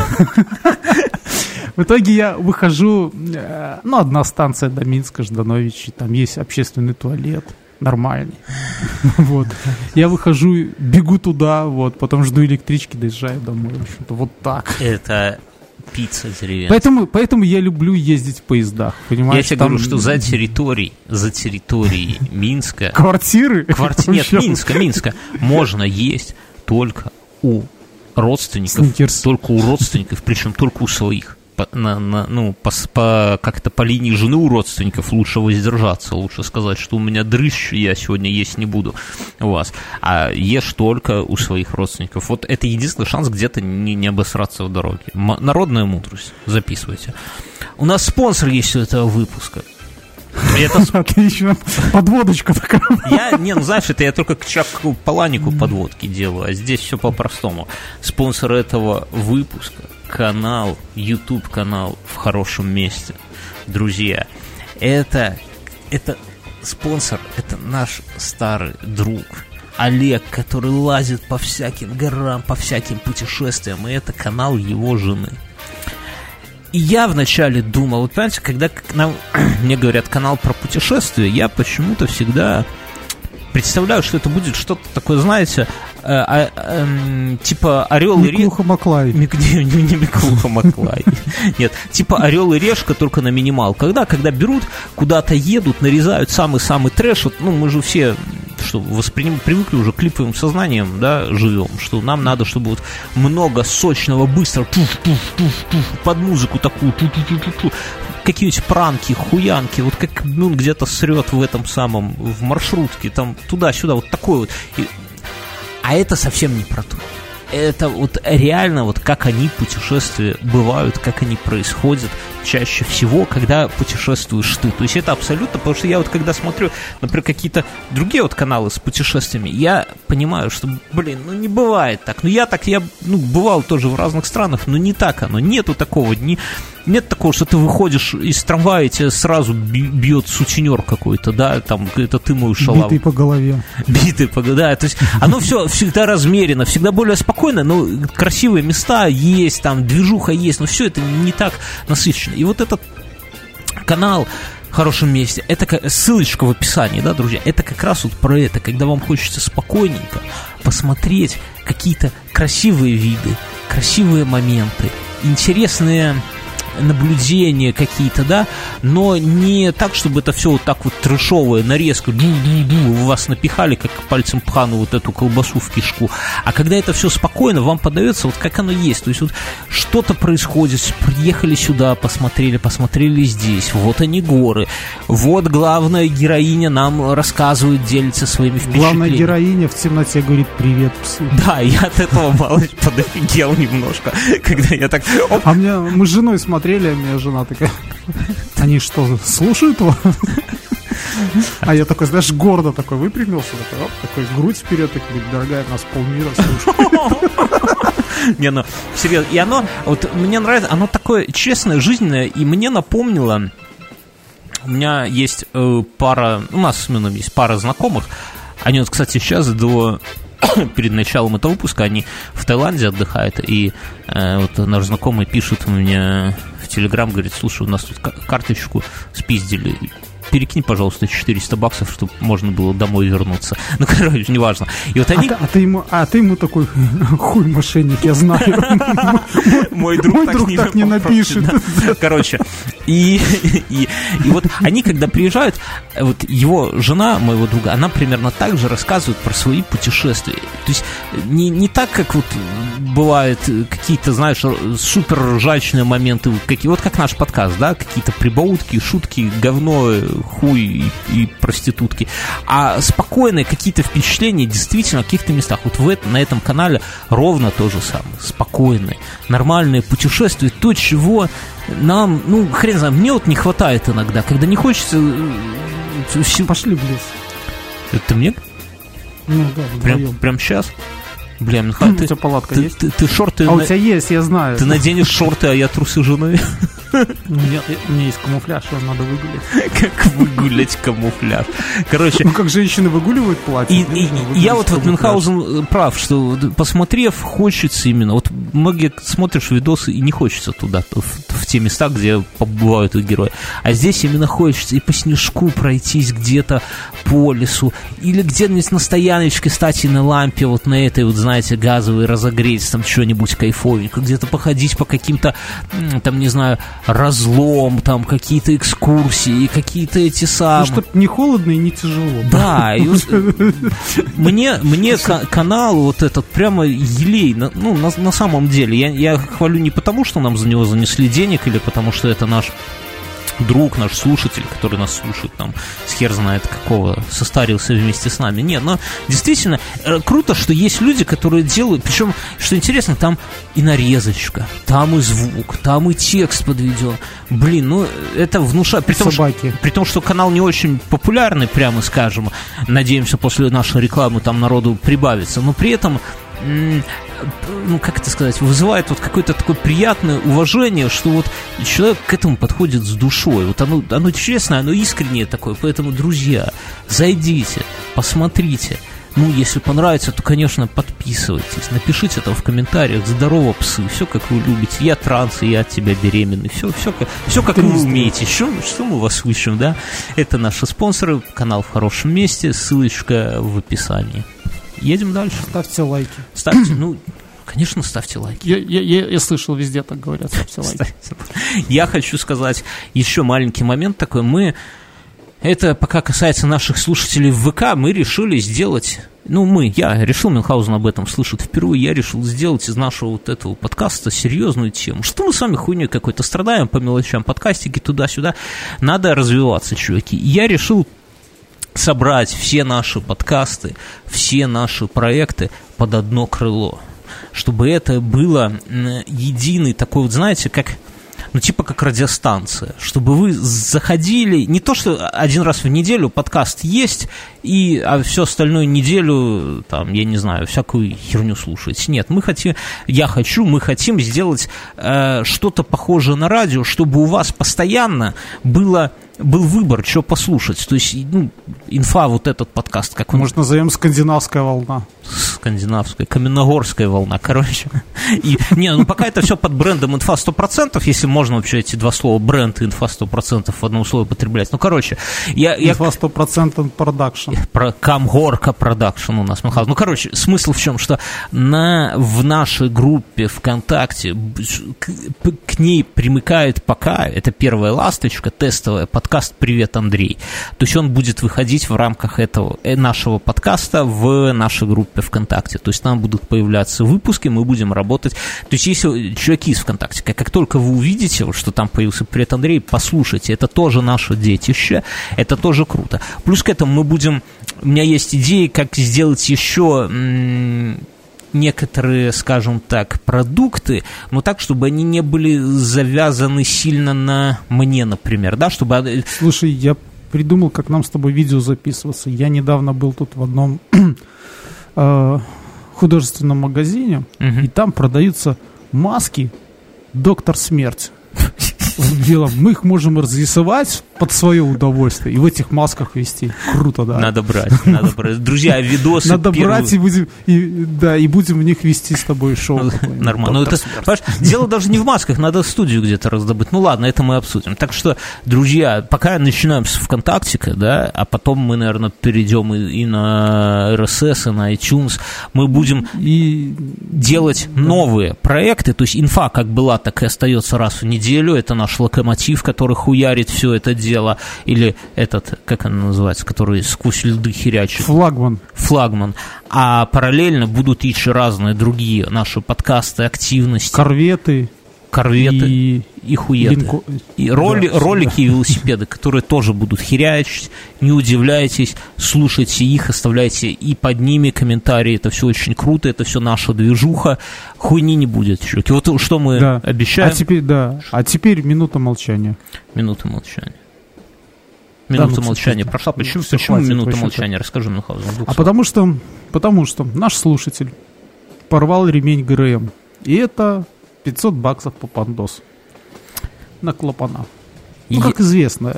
В итоге я выхожу, э, ну, одна станция до Минска, Ждановичи, там есть общественный туалет, нормальный. Вот. Я выхожу, бегу туда, вот, потом жду электрички, доезжаю домой, в общем-то, вот так. Это пицца деревенская. Поэтому, поэтому я люблю ездить в поездах, понимаешь? Я тебе там говорю, что за территорией, за территорией Минска, Квартиры? кварти... нет, Вообще. Минска, Минска, можно есть только у родственников, Сникерс. только у родственников, причем только у своих. По, на, на, ну, по, по, как-то по линии жены у родственников лучше воздержаться, лучше сказать, что у меня дрыщ, я сегодня есть не буду у вас, а ешь только у своих родственников. Вот это единственный шанс где-то не, не обосраться в дороге. М- народная мудрость, записывайте. У нас спонсор есть у этого выпуска. Это сп- Отлично. Подводочка такая. я, не, ну знаешь, это я только к Чаку Паланику подводки делаю, а здесь все по-простому. Спонсор этого выпуска — канал, YouTube-канал «В хорошем месте». Друзья, это, это спонсор, это наш старый друг Олег, который лазит по всяким горам, по всяким путешествиям, и это канал его жены. И я вначале думал, вот понимаете, когда к нам, мне говорят канал про путешествия, я почему-то всегда представляю, что это будет что-то такое, знаете, э, э, э, типа орел и решка. Миклуха Маклай. Не, не, не Миклуха Маклай. Нет, типа орел и решка, только на минимал. Когда, когда берут, куда-то едут, нарезают самый-самый трэш. Вот, ну, мы же все что восприним, привыкли уже к клиповым сознанием, да, живем, что нам надо, чтобы вот много сочного, быстро, туф, туф, туф, туф, под музыку такую, ту, ту, ту, ту, ту, какие-нибудь пранки, хуянки, вот как ну, где-то срет в этом самом, в маршрутке, там туда-сюда, вот такой вот. И... А это совсем не про то. это вот реально, вот как они, путешествия, бывают, как они происходят чаще всего, когда путешествуешь ты. То есть это абсолютно, потому что я вот когда смотрю, например, какие-то другие вот каналы с путешествиями, я понимаю, что, блин, ну не бывает так. Ну я так, я, ну, бывал тоже в разных странах, но не так оно, нету такого, не... Нет такого, что ты выходишь из трамвая, и тебе сразу бьет сутенер какой-то, да, там, это ты мой шалав. Битый по голове. Битый по голове, да, то есть оно все всегда размерено, всегда более спокойно, но красивые места есть, там, движуха есть, но все это не так насыщенно. И вот этот канал в хорошем месте, это как, ссылочка в описании, да, друзья, это как раз вот про это, когда вам хочется спокойненько посмотреть какие-то красивые виды, красивые моменты, интересные наблюдения какие-то, да, но не так, чтобы это все вот так вот трэшовое, нарезку, ду-ду-ду, вы вас напихали, как пальцем пхану вот эту колбасу в кишку, а когда это все спокойно, вам подается вот как оно есть, то есть вот что-то происходит, приехали сюда, посмотрели, посмотрели здесь, вот они горы, вот главная героиня нам рассказывает, делится своими впечатлениями. Главная героиня в темноте говорит «Привет, псы». Да, я от этого малость подофигел немножко, когда я так... Оп. А мне, мы с женой смотрели, а у меня жена такая, они что, слушают его? А я такой, знаешь, гордо такой выпрямился, такой, оп, такой грудь вперед, такой, дорогая, нас полмира слушает. Не, ну, серьезно, и оно, вот мне нравится, оно такое честное, жизненное, и мне напомнило, у меня есть э, пара, у нас с Мином есть пара знакомых, они вот, кстати, сейчас до... перед началом этого выпуска они в Таиланде отдыхают, и э, вот наш знакомый пишет мне в Телеграм, говорит, слушай, у нас тут карточку спиздили, перекинь, пожалуйста, четыреста баксов, чтобы можно было домой вернуться. Ну, короче, неважно. И вот они... А, а, ты, ему, а ты ему такой, хуй мошенник, я знаю. Мой друг так не напишет. Короче, и вот они, когда приезжают, вот его жена, моего друга, она примерно так же рассказывает про свои путешествия. То есть не, не так, как вот бывают какие-то, знаешь, супер ржачные моменты, какие, вот как наш подкаст, да, какие-то прибаутки, шутки, говно, хуй и, и проститутки, а спокойные какие-то впечатления действительно в каких-то местах. Вот в это, на этом канале ровно то же самое. Спокойные, нормальные путешествия, то, чего нам, ну, хрен знает, мне вот не хватает иногда, когда не хочется... Пошли в лес. Это мне? Ну да, прям, прям сейчас? Бля, Михаил, ты, у тебя палатка ты, есть? Ты, ты, ты шорты... А на... у тебя есть, я знаю. Ты наденешь шорты, а я трусы жены. Нет, у меня есть камуфляж, его надо выгулять. Как выгулять камуфляж? Короче... Ну, как женщины выгуливают платье. И, и, и я вот, вот Мюнхгаузен прав, что посмотрев, хочется именно... Вот многие смотришь видосы, и не хочется туда, в, в те места, где побывают их герои. А здесь именно хочется и по снежку пройтись где-то по лесу, или где-нибудь на стояночке, кстати, на лампе, вот на этой, вот, знаете, газовой, разогреть там что-нибудь кайфовенько, где-то походить по каким-то, там, не знаю, разлом, там, какие-то экскурсии, какие-то эти самые... Ну, чтобы не холодно и не тяжело. Да, и мне, мне канал вот этот прямо елей, ну, на, на самом деле, я, я хвалю не потому, что нам за него занесли денег, или потому, что это наш друг, наш слушатель, который нас слушает, там, с хер знает какого, состарился вместе с нами. Нет, но действительно круто, что есть люди, которые делают, причем, что интересно, там и нарезочка, там и звук, там и текст подведен. Блин, ну, это внушает. При том, Собаки. Что, при том, что канал не очень популярный, прямо скажем, надеемся, после нашей рекламы там народу прибавится, но при этом... ну, как это сказать, вызывает вот какое-то такое приятное уважение, что вот человек к этому подходит с душой. Вот оно, оно честное, оно искреннее такое. Поэтому, друзья, зайдите, посмотрите. Ну, если понравится, то, конечно, подписывайтесь. Напишите там в комментариях: здорово, псы, все как вы любите. Я транс, и я от тебя беременный. Все, все, все как вы умеете. Что, что мы вас учим, да? Это наши спонсоры. Канал в хорошем месте. Ссылочка в описании. Едем дальше. Ставьте лайки. Ставьте, ну, конечно, ставьте лайки. Я, я, я, я слышал, везде так говорят, ставьте лайки. Я хочу сказать еще маленький момент такой. Мы, это пока касается наших слушателей в ВК, мы решили сделать, ну, мы, я решил, Мюнхгаузен об этом слышит впервые, я решил сделать из нашего вот этого подкаста серьезную тему. Что мы с вами хуйней какой-то страдаем по мелочам, подкастики туда-сюда. Надо развиваться, чуваки. Я решил собрать все наши подкасты, все наши проекты под одно крыло. чтобы это было единый такой, вот знаете, как... ну, типа как радиостанция, чтобы вы заходили, не то, что один раз в неделю подкаст есть, и, а всю остальную неделю, там, я не знаю, всякую херню слушать. Нет, мы хотим, я хочу, мы хотим сделать э, что-то похожее на радио, чтобы у вас постоянно было... был выбор, что послушать. То есть, ну, инфа, вот этот подкаст, как он... Может, назовем «Скандинавская волна». Скандинавская, каменногорская волна, короче. И, не, ну, пока это все под брендом «Инфа сто процентов», если можно вообще эти два слова, бренд и «Инфа сто процентов» в одном слове употреблять. Ну, короче, я... «Инфа сто процентов продакшн». Про Камгорка продакшн у нас. Ну, короче, смысл в чем, что на, в нашей группе ВКонтакте к, к ней примыкает пока, это первая ласточка, тестовая, подкаст «Привет, Андрей». То есть он будет выходить в рамках этого нашего подкаста в нашей группе ВКонтакте. То есть там будут появляться выпуски, мы будем работать. То есть если чуваки из ВКонтакте, как, как только вы увидите, что там появился «Привет, Андрей», послушайте, это тоже наше детище, это тоже круто. Плюс к этому мы будем... У меня есть идеи, как сделать еще... М- некоторые, скажем так, продукты, но так, чтобы они не были завязаны сильно на мне, например, да, чтобы... Слушай, я придумал, как нам с тобой видео записываться. Я недавно был тут в одном э, художественном магазине, uh-huh. и там продаются маски «Доктор Смерть». Делом. Мы их можем разрисовать под свое удовольствие и в этих масках вести. Круто, да. Надо брать, надо брать. Друзья, видосы Надо первые... брать и будем, и, да, и будем в них вести с тобой шоу. Нормально. Ну, это, дело даже не в масках, надо студию где-то раздобыть. Ну ладно, это мы обсудим. Так что, друзья, пока начинаем с ВКонтактика, да, а потом мы, наверное, перейдем и, и на эр эс эс, и на iTunes. Мы будем и делать да. новые проекты. То есть инфа как была, так и остается раз в неделю. Это наш локомотив, который хуярит все это дело, или этот, как он называется, который сквозь льды херячит. Флагман. Флагман. А параллельно будут еще разные другие наши подкасты, активности. Корветы. Корветы и, и хуеты. Линко... И роли, да, ролики да. и велосипеды, которые тоже будут херячить. Не удивляйтесь, слушайте их, оставляйте и под ними комментарии. Это все очень круто, это все наша движуха. Хуйни не будет, чуваки. Вот что мы да. обещаем. А теперь, да. А теперь минута молчания. Минута молчания. Минута да, ну, молчания кстати, прошла. Почему, все, почему хватит, минута молчания? Расскажи, Мюнхгаузен. А потому что, потому что наш слушатель порвал ремень ГРМ. И это пятьсот баксов по пандос. На клапана. Ну, как известно.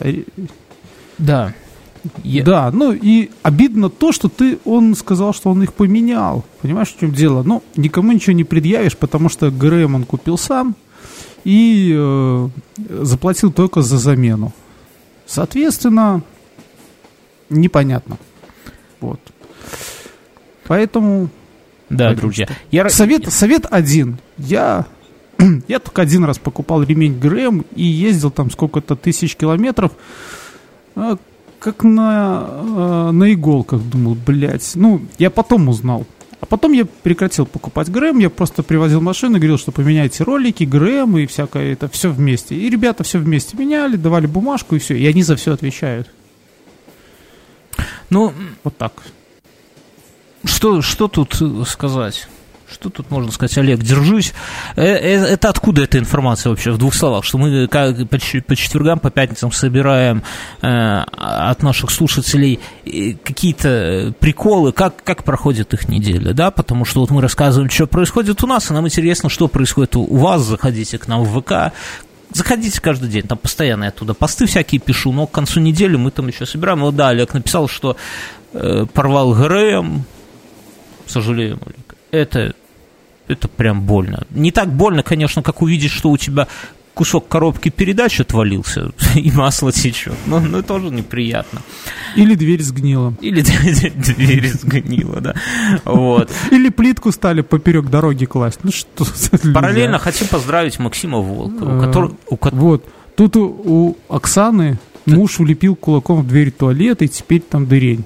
Да. Я... Да, ну и обидно то, что ты, он сказал, что он их поменял. Понимаешь, в чем дело? Ну, никому ничего не предъявишь, потому что ГРМ он купил сам и э, заплатил только за замену. Соответственно, непонятно. Вот. Поэтому... Да, друзья. Я... Совет, совет один. Я... Я только один раз покупал ремень ГРМ и ездил там сколько-то тысяч километров, как на, на иголках. Думал, блядь. Ну, я потом узнал. А потом я прекратил покупать ГРМ, я просто привозил машину и говорил, что поменяйте ролики, ГРМ и всякое это, все вместе. И ребята все вместе меняли, давали бумажку и все. И они за все отвечают. Ну, вот так. Что, что тут сказать? Что тут можно сказать, Олег? Держусь. Это откуда эта информация вообще, в двух словах? Что мы по четвергам, по пятницам собираем от наших слушателей какие-то приколы, как, как проходит их неделя, да? Потому что вот мы рассказываем, что происходит у нас, и нам интересно, что происходит у вас. Заходите к нам в ВК. Заходите каждый день, там постоянно я оттуда посты всякие пишу, но к концу недели мы там еще собираем. Вот да, Олег написал, что э, порвал ГРМ. Сожалеем, Олег. Это, это прям больно. Не так больно, конечно, как увидеть, что у тебя кусок коробки передач отвалился, и масло течет. Но, но тоже неприятно. Или дверь сгнила. Или дверь сгнила, да. Вот. Или плитку стали поперек дороги класть. Ну что за параллельно хочу поздравить Максима Волкова, который... Вот. Тут у Оксаны муж улепил кулаком в дверь туалета, и теперь там дырень.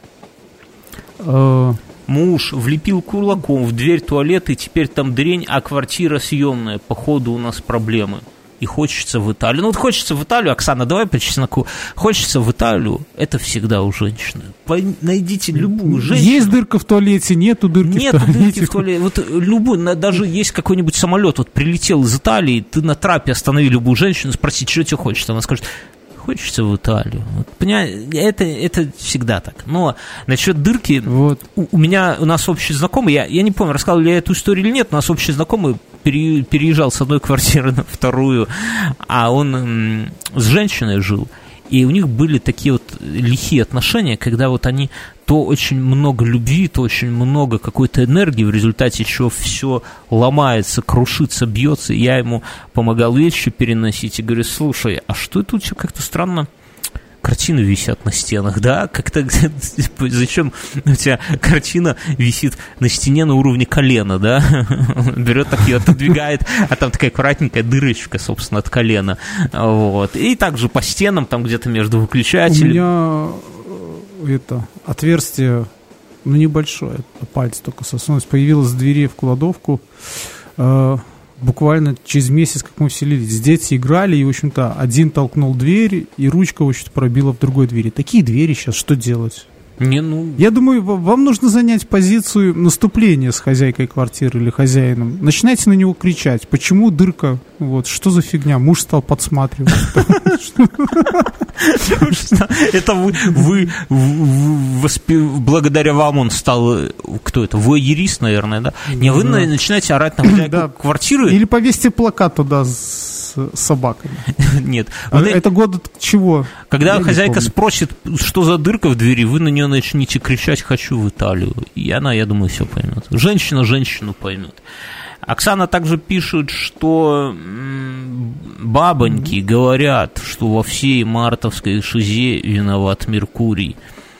Муж влепил кулаком в дверь туалета, и теперь там дрень, а квартира съемная. Походу у нас проблемы. и хочется в Италию. Ну вот хочется в Италию, Оксана, давай по чесноку. Хочется в Италию, это всегда у женщины. Найдите любую женщину. Есть дырка в туалете, нету дырки Нету в туалете. Нету дырки в туалете. Вот любой, даже есть какой-нибудь самолет, вот прилетел из Италии, ты на трапе останови любую женщину, спроси, что тебе хочется. Она скажет, хочется в Италию. Вот, понимаешь, это, это всегда так. Но насчет дырки, вот. у, у меня, у нас общий знакомый, я, я не помню, рассказывал ли я эту историю или нет, у нас общий знакомый пере, переезжал с одной квартиры на вторую, а он м, с женщиной жил, и у них были такие вот лихие отношения, когда вот они то очень много любви, то очень много какой-то энергии, в результате чего все ломается, крушится, бьется. Я ему помогал вещи переносить и говорю, слушай, а что это у тебя как-то странно? Картины висят на стенах, да? Как-то зачем у тебя картина висит на стене на уровне колена, да? Берет так ее, отодвигает, а там такая аккуратненькая дырочка, собственно, от колена. Вот. И также по стенам, там где-то между выключателем. У меня это отверстие, ну, небольшое, палец только соснулось, появилось в двери в кладовку. Э, буквально через месяц, как мы вселились, дети играли, и, в общем-то, один толкнул дверь, и ручка, в общем-то, пробила в другой двери. Такие двери сейчас, что делать? Не, ну... Я думаю, вам нужно занять позицию наступления с хозяйкой квартиры или хозяином. Начинайте на него кричать. Почему дырка? Вот, что за фигня? Муж стал подсматривать. Это вы, благодаря вам он стал, кто это, воерист, наверное, да? Не, вы начинаете орать на хозяйку квартиры. Или повесьте плакат туда с собаками. Нет. Это год чего? Когда хозяйка спросит, что за дырка в двери, вы на нее начнете кричать «хочу в Италию». И она, я думаю, все поймет. Женщина женщину поймет. Оксана также пишет, что бабоньки говорят, что во всей мартовской шизе виноват Меркурий.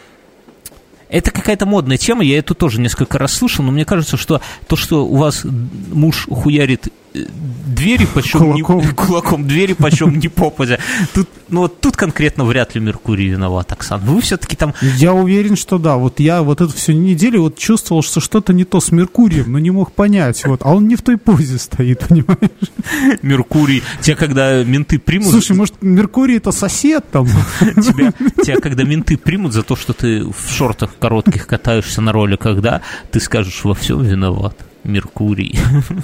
Это какая-то модная тема, я эту тоже несколько раз слышал, но мне кажется, что то, что у вас муж хуярит двери, почем кулаком. Не, кулаком двери, почем не попадя, тут, ну, вот тут конкретно вряд ли Меркурий виноват, Оксана. Вы все-таки там... Я уверен, что да. Вот я вот эту всю неделю вот чувствовал, что что-то не то с Меркурием, но не мог понять. Вот. А он не в той позе стоит, понимаешь? Меркурий. Тебя, когда менты примут... Слушай, может, Меркурий это сосед там? Тебя, тебя, когда менты примут за то, что ты в шортах коротких катаешься на роликах, да, ты скажешь, во всем виноват Меркурий.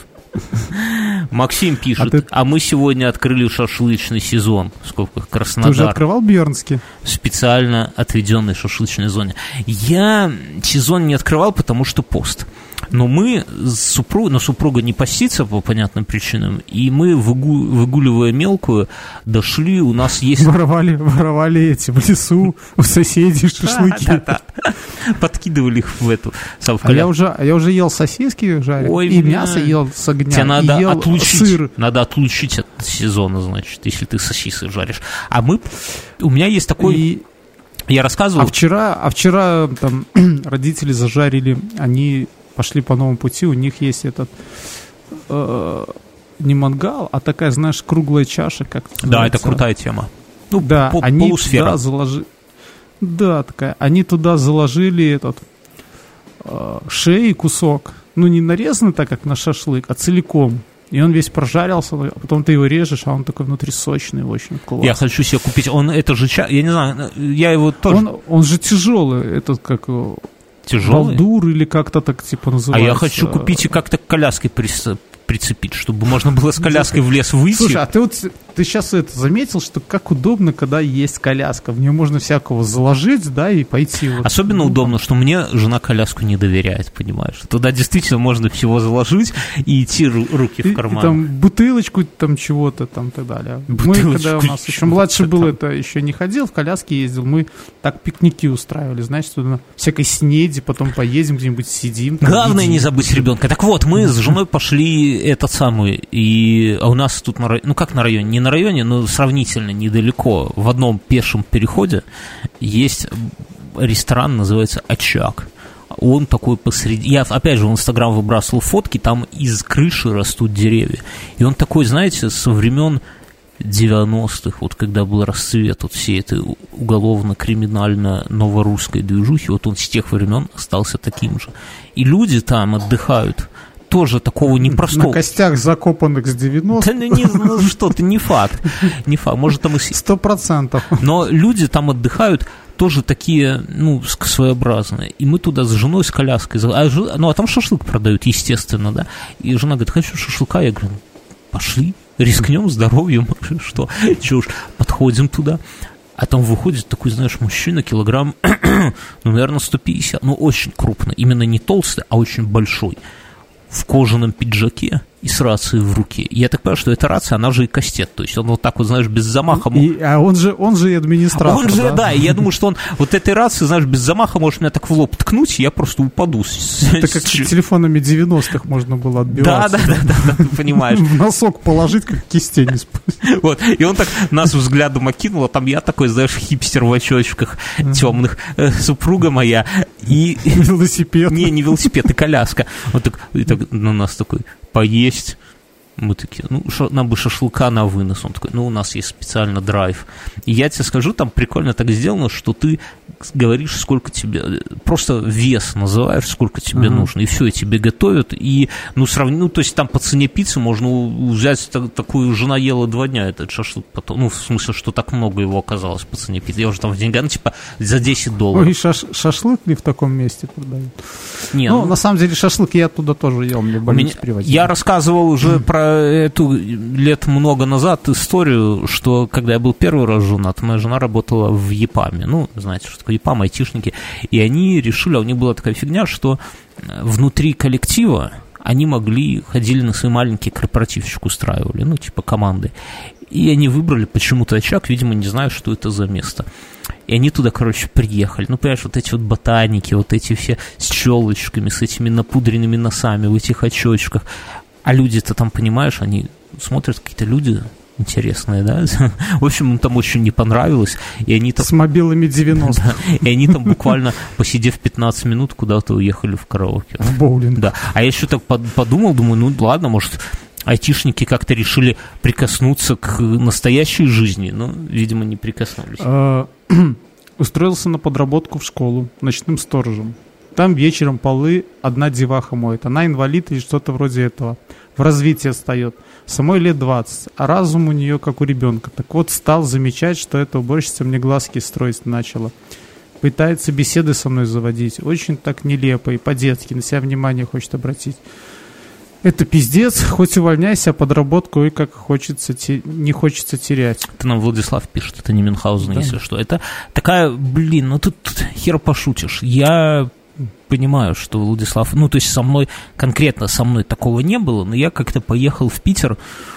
Максим пишет, а, ты... а мы сегодня открыли шашлычный сезон, в скобках Краснодар. Ты уже открывал Бернский? В специально отведенной шашлычной зоне. Я сезон не открывал, потому что пост. Но мы с супругой, но супруга не постится по понятным причинам, и мы, выгу, выгуливая мелкую, дошли, у нас есть... Воровали, воровали эти в лесу, у соседей шашлыки. Да, да, да. Подкидывали их в эту... А я уже, я уже ел сосиски жареные, Ой, и мясо ел с огня, тебе надо и ел отлучить, сыр. Надо отлучить от сезона, значит, если ты сосиски жаришь. А мы... У меня есть такой... И... Я рассказывал... А вчера, а вчера там родители зажарили, они... пошли по новому пути, у них есть этот э, не мангал, а такая, знаешь, круглая чаша, как это да, это крутая тема. Ну, да, по- они полусфера. Туда заложили, да, такая, они туда заложили этот э, шеи кусок, ну, не нарезанный так, как на шашлык, а целиком. И он весь прожарился, а потом ты его режешь, а он такой внутри сочный, очень классный. Я хочу себе купить, он, это же, я не знаю, я его тоже... Он, он же тяжелый, этот, как... Тяжелый? Балдур или как-то так типа называется. А я хочу купить и как-то к коляске прицепить, чтобы можно было с коляской в лес выйти. Слушай, а ты вот ты сейчас это заметил, что как удобно, когда есть коляска. В нее можно всякого заложить, да, и пойти. Вот. Особенно ну, удобно, что мне жена коляску не доверяет, понимаешь. Туда действительно можно всего заложить и идти руки и, в карман. И там бутылочку там чего-то там и так далее. Бутылочку, мы, когда у нас еще младший был, это еще не ходил, в коляске ездил, мы так пикники устраивали, значит, туда всякой снеди, потом поедем где-нибудь, сидим. Там, главное едим. Не забыть ребенка. Так вот, мы с женой пошли этот самый, и а у нас тут, на районе, ну как на районе, не на районе, но сравнительно недалеко, в одном пешем переходе есть ресторан, называется «Очаг». Он такой посреди... Я, опять же, в Инстаграм выбрасывал фотки, там из крыши растут деревья. И он такой, знаете, со времен девяностых, вот когда был расцвет вот всей этой уголовно-криминально-новорусской движухи, вот он с тех времен остался таким же. И люди там отдыхают тоже такого непростого. На костях закопанных с девяностых. Да ну, не, ну что ты, не факт. Не факт, может там и... Сто процентов. Но люди там отдыхают тоже такие, ну, своеобразные. И мы туда с женой, с коляской. А, ну, а там шашлык продают, естественно, да. И жена говорит, хочу шашлыка. Я говорю, пошли, рискнем здоровьем. Что? Че уж, подходим туда. А там выходит такой, знаешь, мужчина, килограмм, ну, наверное, сто пятьдесят. Ну, очень крупный. Именно не толстый, а очень большой. В кожаном пиджаке и с рацией в руке. И я так понимаю, что эта рация, она же и кастет. То есть он вот так вот, знаешь, без замаха... И, а он же, он же и администратор. Он же, да, да, и я думаю, что он вот этой рацией, знаешь, без замаха может меня так в лоб ткнуть, и я просто упаду. Это как с телефонами девяностых можно было отбиваться. Да, да, да, да, ты понимаешь. В носок положить, как кистень. Вот, и он так нас взглядом окинул, а там я такой, знаешь, хипстер в очочках темных, супруга моя, и... Велосипед. Не, не велосипед, и коляска. Вот так, и так на нас такой, поесть. Мы такие, ну, шо, нам бы шашлыка на вынос. Он такой, ну, у нас есть специально драйв. И я тебе скажу, там прикольно так сделано, что ты говоришь, сколько тебе, просто вес называешь, сколько тебе uh-huh. нужно, и все, и тебе готовят, и, ну, сравни, ну, то есть там по цене пиццы можно взять так, такую, жена ела два дня этот шашлык, потом, ну, в смысле, что так много его оказалось по цене пиццы. Я уже там в деньгах, ну, типа, за десять долларов. Ой, шаш, шашлык ли в таком месте продают? Не, ну, ну, на самом деле, шашлык я оттуда тоже ел, мне больницу привозили. Я рассказывал уже про эту лет много назад историю, что когда я был первый раз женат, моя жена работала в ЕПАМе, ну, знаете, что такое ЕПАМ, айтишники, и они решили, а у них была такая фигня, что внутри коллектива они могли, ходили на свои маленькие корпоративчик, устраивали, ну, типа команды, и они выбрали почему-то очаг, видимо, не знаю, что это за место. И они туда, короче, приехали. Ну, понимаешь, вот эти вот ботаники, вот эти все с челочками, с этими напудренными носами в этих очочках. А люди-то там, понимаешь, они смотрят, какие-то люди интересные, да? В общем, им там очень не понравилось. И они там... С мобилами девяностых. Да, и они там буквально, посидев пятнадцать минут, куда-то уехали в караоке. В боулинг. Да. А я еще так подумал, думаю, ну ладно, может, айтишники как-то решили прикоснуться к настоящей жизни, но, видимо, не прикоснулись. Устроился на подработку в школу ночным сторожем. Там вечером полы одна деваха моет. Она инвалид или что-то вроде этого. В развитии отстает. Самой лет двадцать, а разум у нее как у ребенка. Так вот, стал замечать, что эта уборщица мне глазки строить начала. Пытается беседы со мной заводить. Очень так нелепо и по-детски. На себя внимание хочет обратить. Это пиздец. Хоть увольняйся, а подработку и как хочется, те... не хочется терять. Это нам Владислав пишет, это не Мюнхгаузен, да. Если что. Это такая, блин, ну тут хер пошутишь. Я... понимаю, что Владислав, ну, то есть со мной, конкретно со мной такого не было, но я как-то поехал в Питер,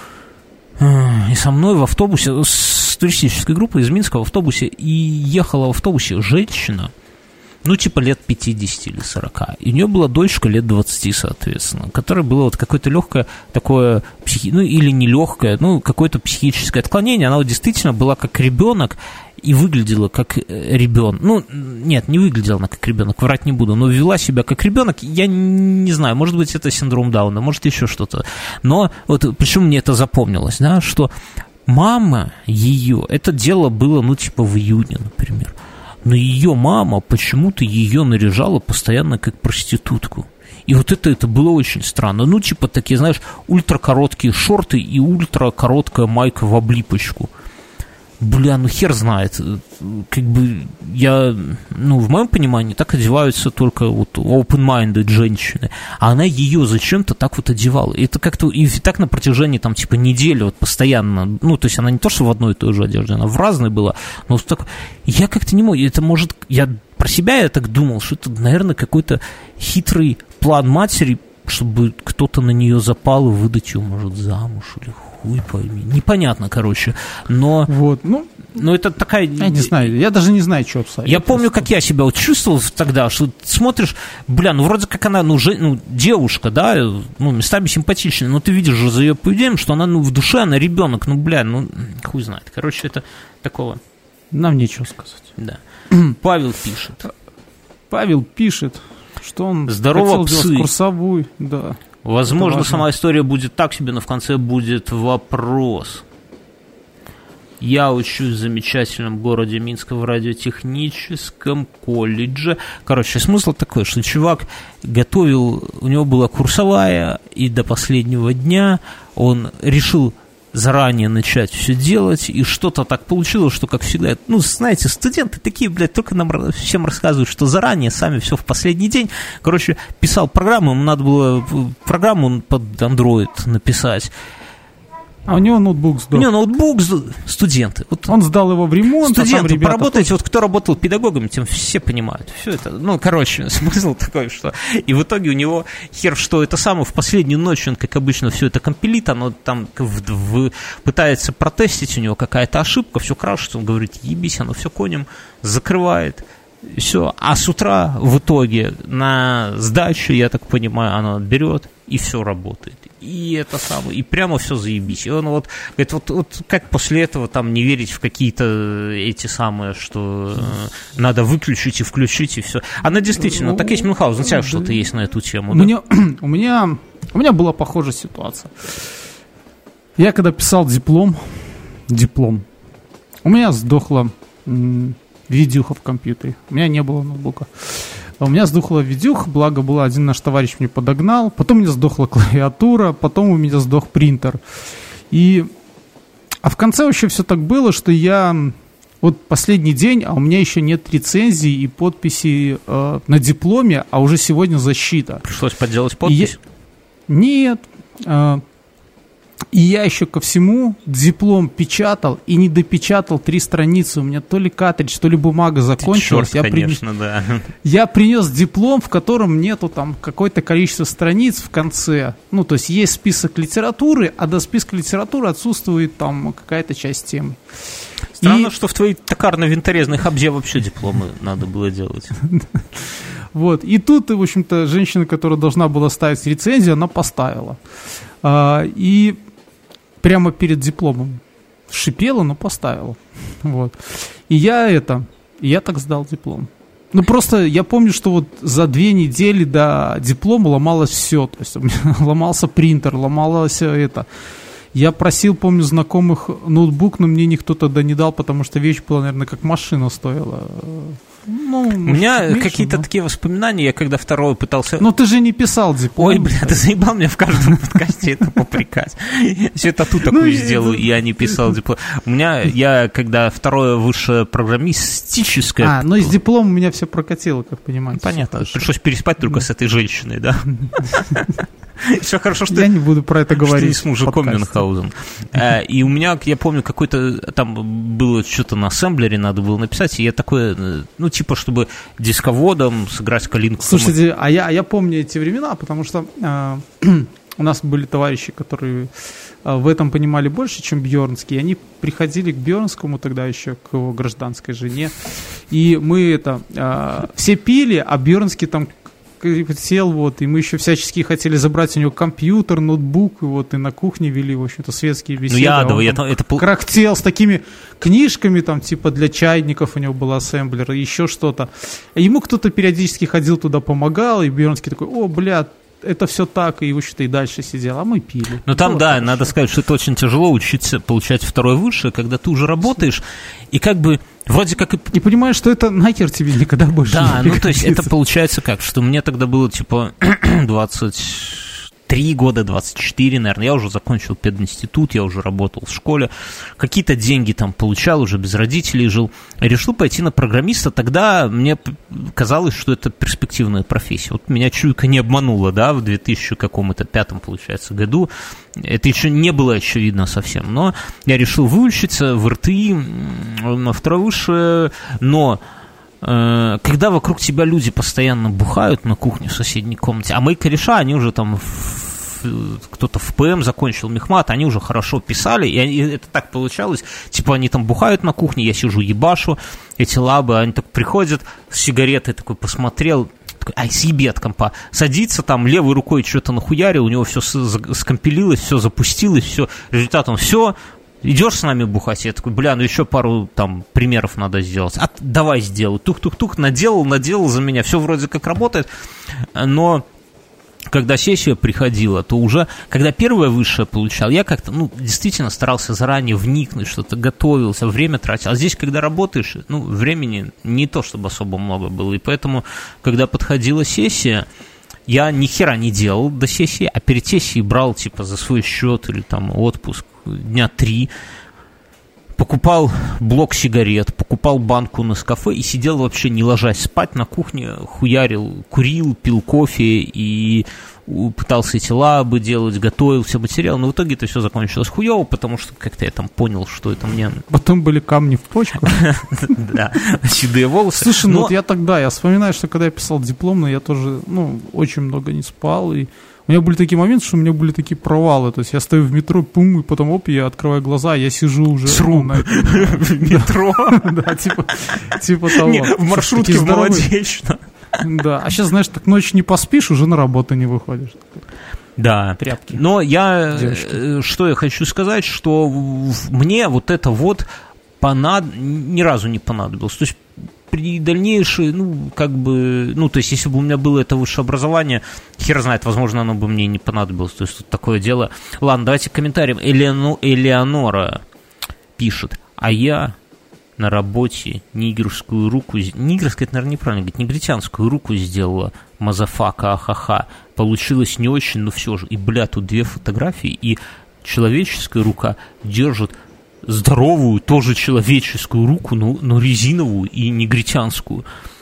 и со мной в автобусе, с туристической группой из Минска в автобусе, и ехала в автобусе женщина, ну, типа лет пятьдесят или сорок, и у нее была дочка лет двадцать, соответственно, которая была вот какое-то легкое такое, психи... ну, или не легкое, ну, какое-то психическое отклонение, она вот действительно была как ребенок, и выглядела как ребенок. Ну, нет, не выглядела она как ребенок, врать не буду, но вела себя как ребенок. Я не знаю, может быть, это синдром Дауна, может, еще что-то. Но вот почему мне это запомнилось, да, что мама ее, это дело было, ну, типа в июне, например, но ее мама почему-то ее наряжала постоянно как проститутку. И вот это, это было очень странно. Ну, типа такие, знаешь, ультракороткие шорты и ультракороткая майка в облипочку. Бля, ну хер знает, как бы я, ну, в моем понимании так одеваются только вот open-minded женщины, а она ее зачем-то так вот одевала, и это как-то, и так на протяжении там типа недели вот постоянно, ну, то есть она не то, что в одной и той же одежде, она в разной была, но вот так, я как-то не мог, это может, я про себя я так думал, что это, наверное, какой-то хитрый план матери, чтобы кто-то на нее запал и выдать ее, может, замуж или хуй пойми. Непонятно, короче. Но, вот, ну, но это такая... Я не знаю, я даже не знаю, что обсуждать. Я помню, как я себя вот чувствовал тогда, что смотришь, бля, ну вроде как она, ну, же, ну девушка, да, ну, местами симпатичная, но ты видишь же за ее поведением, что она, ну, в душе, она ребенок, ну, бля, ну, хуй знает. Короче, это такого... Нам нечего сказать. Да. Павел пишет. Павел пишет, что он здорово, хотел псы. сделать курсовую, да. Возможно, сама история будет так себе, но в конце будет вопрос. Я учусь в замечательном городе Минск в радиотехническом колледже. Короче, смысл такой, что чувак готовил, у него была курсовая, и до последнего дня он решил заранее начать все делать, и что-то так получилось, что, как всегда, ну, знаете, студенты такие, блядь, только нам всем рассказывают, что заранее, сами все в последний день. Короче, писал программу, ему надо было программу под Android написать. А у него ноутбук сдох. У него ноутбук, студенты. Вот он сдал его в ремонт. Студенты, а там ребята поработайте, вот кто работал педагогом, тем все понимают. Все это, ну, короче, смысл такой, что... И в итоге у него хер, что это самое, в последнюю ночь он, как обычно, все это компилит, оно там в, в, пытается протестить, у него какая-то ошибка, все крашится, он говорит, ебись, оно все конем, закрывает. Все, а с утра в итоге на сдаче, я так понимаю, оно берет и все работает. И это самое, и прямо все заебись. И он вот говорит, вот, вот как после этого там не верить в какие-то эти самые, что э, надо выключить и включить, и все. Она действительно, так есть Мюнхгаузен, у тебя что-то есть на эту тему, у да? Меня, у, меня, у меня была похожая ситуация. Я когда писал диплом, диплом, у меня сдохла м- видюха в компьютере. У меня не было ноутбука. У меня сдохла видюха, благо было, один наш товарищ мне подогнал, потом у меня сдохла клавиатура, потом у меня сдох принтер. И, а в конце вообще все так было, что я, вот последний день, а у меня еще нет рецензии и подписи э, на дипломе, а уже сегодня защита. Пришлось подделать подпись? Я... Нет. Э, И я еще ко всему диплом печатал и не допечатал три страницы. У меня то ли картридж, то ли бумага закончилась. Черт, я конечно, принес... да. Я принес диплом, в котором нету там какое-то количество страниц в конце. Ну, то есть есть список литературы, а до списка литературы отсутствует там какая-то часть темы. Странно, и... что в твоей токарно-винторезной хабзе вообще дипломы надо было делать. Вот. И тут, в общем-то, женщина, которая должна была ставить рецензию, она поставила. И прямо перед дипломом шипела, но поставила. Вот. И я это, я так сдал диплом. Ну, просто я помню, что вот за две недели до диплома ломалось все. То есть у меня ломался принтер, ломалось это. Я просил, помню, знакомых ноутбук, но мне никто тогда не дал, потому что вещь была, наверное, как машина стоила. Ну, у меня меньше, какие-то но... такие воспоминания, я когда второй пытался... Ну, ты же не писал диплом. Ой, бля, ты заебал меня в каждом подкасте это попрекать. Все это тут такую сделаю, я не писал диплом. У меня, я когда второе высшее программистическое... А, ну, из диплома у меня все прокатило, как понимаете. Понятно, пришлось переспать только с этой женщиной, да? Все хорошо, что... Я не буду про это говорить. Что не с мужиком Мюнхгаузен. И у меня, я помню, какой-то... Там было что-то на ассемблере надо было написать, и я такой... Ну, типа, чтобы дисководом сыграть калинку. Слушайте, а я, а я помню эти времена, потому что э, у нас были товарищи, которые э, в этом понимали больше, чем Бьернский. Они приходили к Бьернскому тогда еще, к его гражданской жене. И мы это... Э, все пили, а Бьернский там сел, вот, и мы еще всячески хотели забрать у него компьютер, ноутбук, и вот, и на кухне вели, в общем-то, светские беседы. Ну, я а я там, это... кряхтел с такими книжками, там, типа, для чайников у него был ассемблер, и еще что-то. Ему кто-то периодически ходил туда, помогал, и Бьернский такой, о, бля, это все так, и, в общем-то, и дальше сидел, а мы пили. Ну, там, вот, да, хорошо. Надо сказать, что это очень тяжело учиться получать второе высшее, когда ты уже работаешь, и как бы вроде как и... И понимаешь, что это нахер тебе никогда больше да, не ну, то есть это получается как, что мне тогда было, типа, двадцать три года, двадцать четыре, наверное, я уже закончил пединститут, я уже работал в школе, какие-то деньги там получал, уже без родителей жил, решил пойти на программиста, тогда мне казалось, что это перспективная профессия. Вот меня чуйка не обманула, да, в две тысячи каком-то пятом, получается, году, это еще не было очевидно совсем, но я решил выучиться в эр тэ и на второе высшее, но... когда вокруг тебя люди постоянно бухают на кухне в соседней комнате, а мои кореша, они уже там, в, кто-то в ПМ закончил мехмат, они уже хорошо писали, и они, это так получалось, типа они там бухают на кухне, я сижу ебашу, эти лабы, они так приходят с сигаретой, такой посмотрел, такой, ай, съеби от компа, садится там, левой рукой что-то нахуярил, у него все скомпилилось, все запустилось, все, результатом все, идешь с нами бухать? Я такой, бля, ну еще пару там примеров надо сделать. А давай сделаю. Тук-тук-тук, наделал, наделал за меня. Все вроде как работает, но когда сессия приходила, то уже, когда первое высшее получал, я как-то, ну, действительно старался заранее вникнуть, что-то готовился, время тратил. А здесь, когда работаешь, ну, времени не то, чтобы особо много было. И поэтому, когда подходила сессия, я ни хера не делал до сессии, а перед сессией брал, типа, за свой счет или там отпуск дня три, покупал блок сигарет, покупал банку Нескафе и сидел вообще не ложась спать на кухне, хуярил, курил, пил кофе и пытался эти лабы делать, готовил все материалы, но в итоге это все закончилось хуево, потому что как-то я там понял, что это мне... Потом были камни в почку. Да, седые волосы. Слушай, ну вот я тогда, я вспоминаю, что когда я писал дипломный, я тоже, ну, очень много не спал, и у меня были такие моменты, что у меня были такие провалы. То есть я стою в метро, пум, и потом оп, я открываю глаза, я сижу уже... Сру в метро. Да, типа того. В маршрутке в Молодечно. Да, а сейчас, знаешь, так ночью не поспишь, уже на работу не выходишь. Да, тряпки. Но я, Девушки. Что я хочу сказать, что мне вот это вот понад... ни разу не понадобилось. То есть при дальнейшей, ну, как бы, ну, то есть, если бы у меня было это высшее образование, хер знает, возможно, оно бы мне не понадобилось. То есть, тут такое дело. Ладно, давайте к комментариям. Элеоно... Элеонора пишет, а я на работе нигерскую руку... Нигерская, это, наверное, неправильно говорить, негритянскую руку сделала, мазафака, ахаха. Получилось не очень, но все же. И, бля, тут две фотографии, и человеческая рука держит здоровую, тоже человеческую руку, но, но резиновую и негритянскую.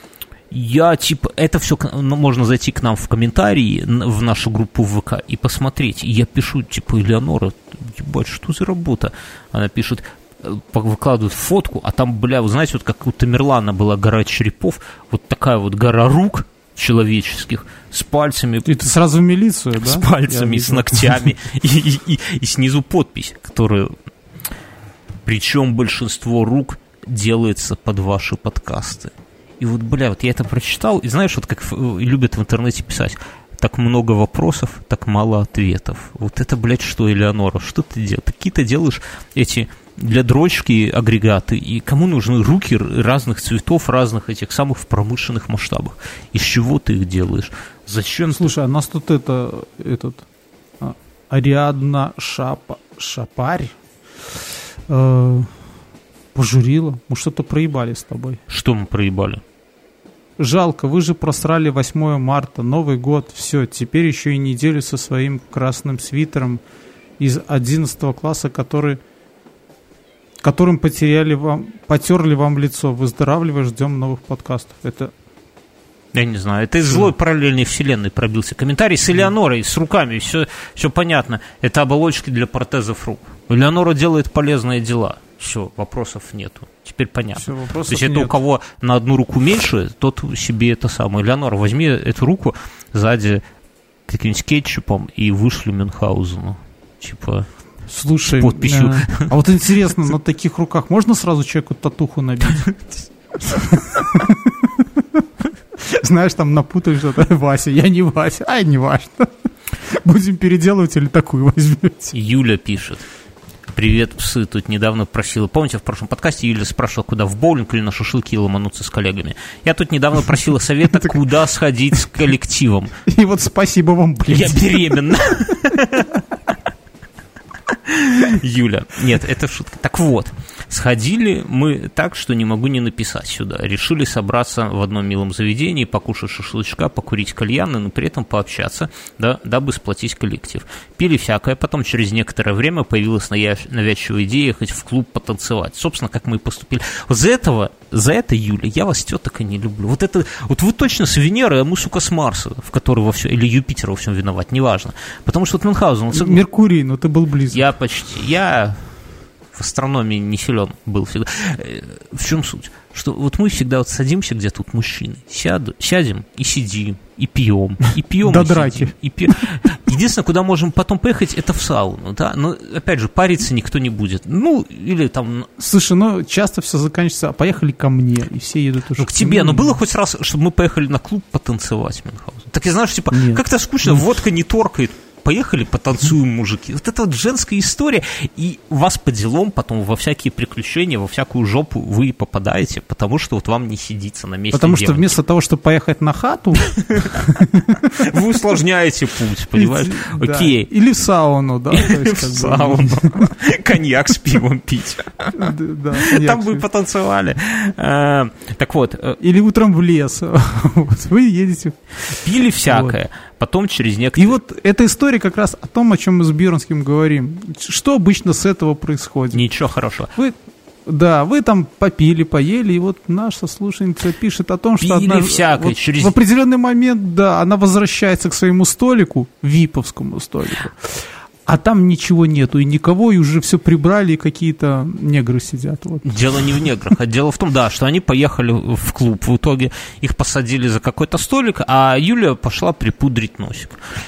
Я, типа, это все, ну, можно зайти к нам в комментарии, в нашу группу в ВК и посмотреть. И я пишу, типа, Элеонора, ебать, что за работа? Она пишет, выкладывают фотку, а там, бля, вы знаете, вот как у Тамерлана была гора черепов, вот такая вот гора рук человеческих с пальцами. И ты сразу в милицию, да? С пальцами, с ногтями. И, и, и, и снизу подпись, которая... Причем большинство рук делается под ваши подкасты. И вот, бля, вот я это прочитал, и знаешь, вот как любят в интернете писать, так много вопросов, так мало ответов. Вот это, блядь, что, Элеонора, что ты делаешь? Какие-то делаешь эти для дрочки агрегаты, и кому нужны руки разных цветов, разных этих самых в промышленных масштабах? Из чего ты их делаешь? Зачем? Слушай, а нас тут это, этот, а, Ариадна Шапа, Шапарь, Э, пожурила. Мы что-то проебали с тобой. Что мы проебали? Жалко, вы же просрали восьмое марта, Новый год, все, теперь еще и неделю со своим красным свитером из одиннадцатого класса, который, которым потеряли вам, потерли вам лицо. Выздоравливай, ждем новых подкастов. Это... Я не знаю, это из злой параллельной вселенной пробился комментарий с Элеонорой, с руками, все, все понятно. Это оболочки для протезов рук. Элеонора делает полезные дела. Все, вопросов нету. Теперь понятно. Все, вопросов То есть это нет. у кого на одну руку меньше, тот себе это самое. Элеонора, возьми эту руку сзади каким-нибудь кетчупом и вышли Мюнхгаузену. Типа... Слушай, с подписью. А, а вот интересно, на таких руках можно сразу человеку татуху набить? Знаешь, там напутали что-то. Вася, я не Вася, а не важно. Будем переделывать или такую возьмете? Юля пишет. Привет, псы. Тут недавно просила... Помните, в прошлом подкасте Юля спрашивала, куда в боулинг или на шашлыки ломануться с коллегами. Я тут недавно просила совета, куда сходить с коллективом. И вот спасибо вам, блядь. Я беременна. Юля. Нет, это шутка. Так вот, сходили мы так, что не могу не написать сюда. Решили собраться в одном милом заведении, покушать шашлычка, покурить кальяны, но при этом пообщаться, да, дабы сплотить коллектив. Пили всякое, потом через некоторое время появилась навязчивая идея ехать в клуб потанцевать. Собственно, как мы и поступили. Вот за этого, за это, Юля, я вас теток и не люблю. Вот это, вот вы точно с Венеры, а мы, сука, с Марса, в который во всем, или Юпитера во всем виноват, неважно. Потому что вот Мюнхгаузен... Он... Меркурий, но ты был близок. Я почти, я в астрономии не силен был всегда. В чем суть? Что вот мы всегда вот садимся где-то, тут мужчины, сяду, сядем и сидим, и пьем, и пьем, до и драки. Сидим, и пьем. Единственное, куда можем потом поехать, это в сауну, да, но, опять же, париться никто не будет. Ну, или там... Слушай, ну, часто все заканчивается, а поехали ко мне, и все едут уже ну, к тебе, но было хоть раз, чтобы мы поехали на клуб потанцевать, Мюнхгаузен? Так и знаешь, типа, Нет. как-то скучно, водка не торкает. поехали потанцуем, мужики. Вот это вот женская история, и вас по делам потом во всякие приключения, во всякую жопу вы попадаете, потому что вот вам не сидится на месте. Потому что вместо того, чтобы поехать на хату, вы усложняете путь, понимаешь? Окей. Или в сауну, да? В сауну. Коньяк с пивом пить. Там вы потанцевали. Так вот. Или утром в лес. Вы едете. Пили всякое. Потом через некоторые... И вот эта история как раз о том, о чем мы с Бьернским говорим. Что обычно с этого происходит? Ничего хорошего. Вы, да, вы там попили, поели, и вот наша слушательница пишет о том, что Пили одна, всякое, вот через... в определенный момент, да, она возвращается к своему столику, виповскому столику, а там ничего нету, и никого, и уже все прибрали, и какие-то негры сидят. Вот. Дело не в неграх, а дело в том, да, что они поехали в клуб, в итоге их посадили за какой-то столик, а Юля пошла припудрить носик.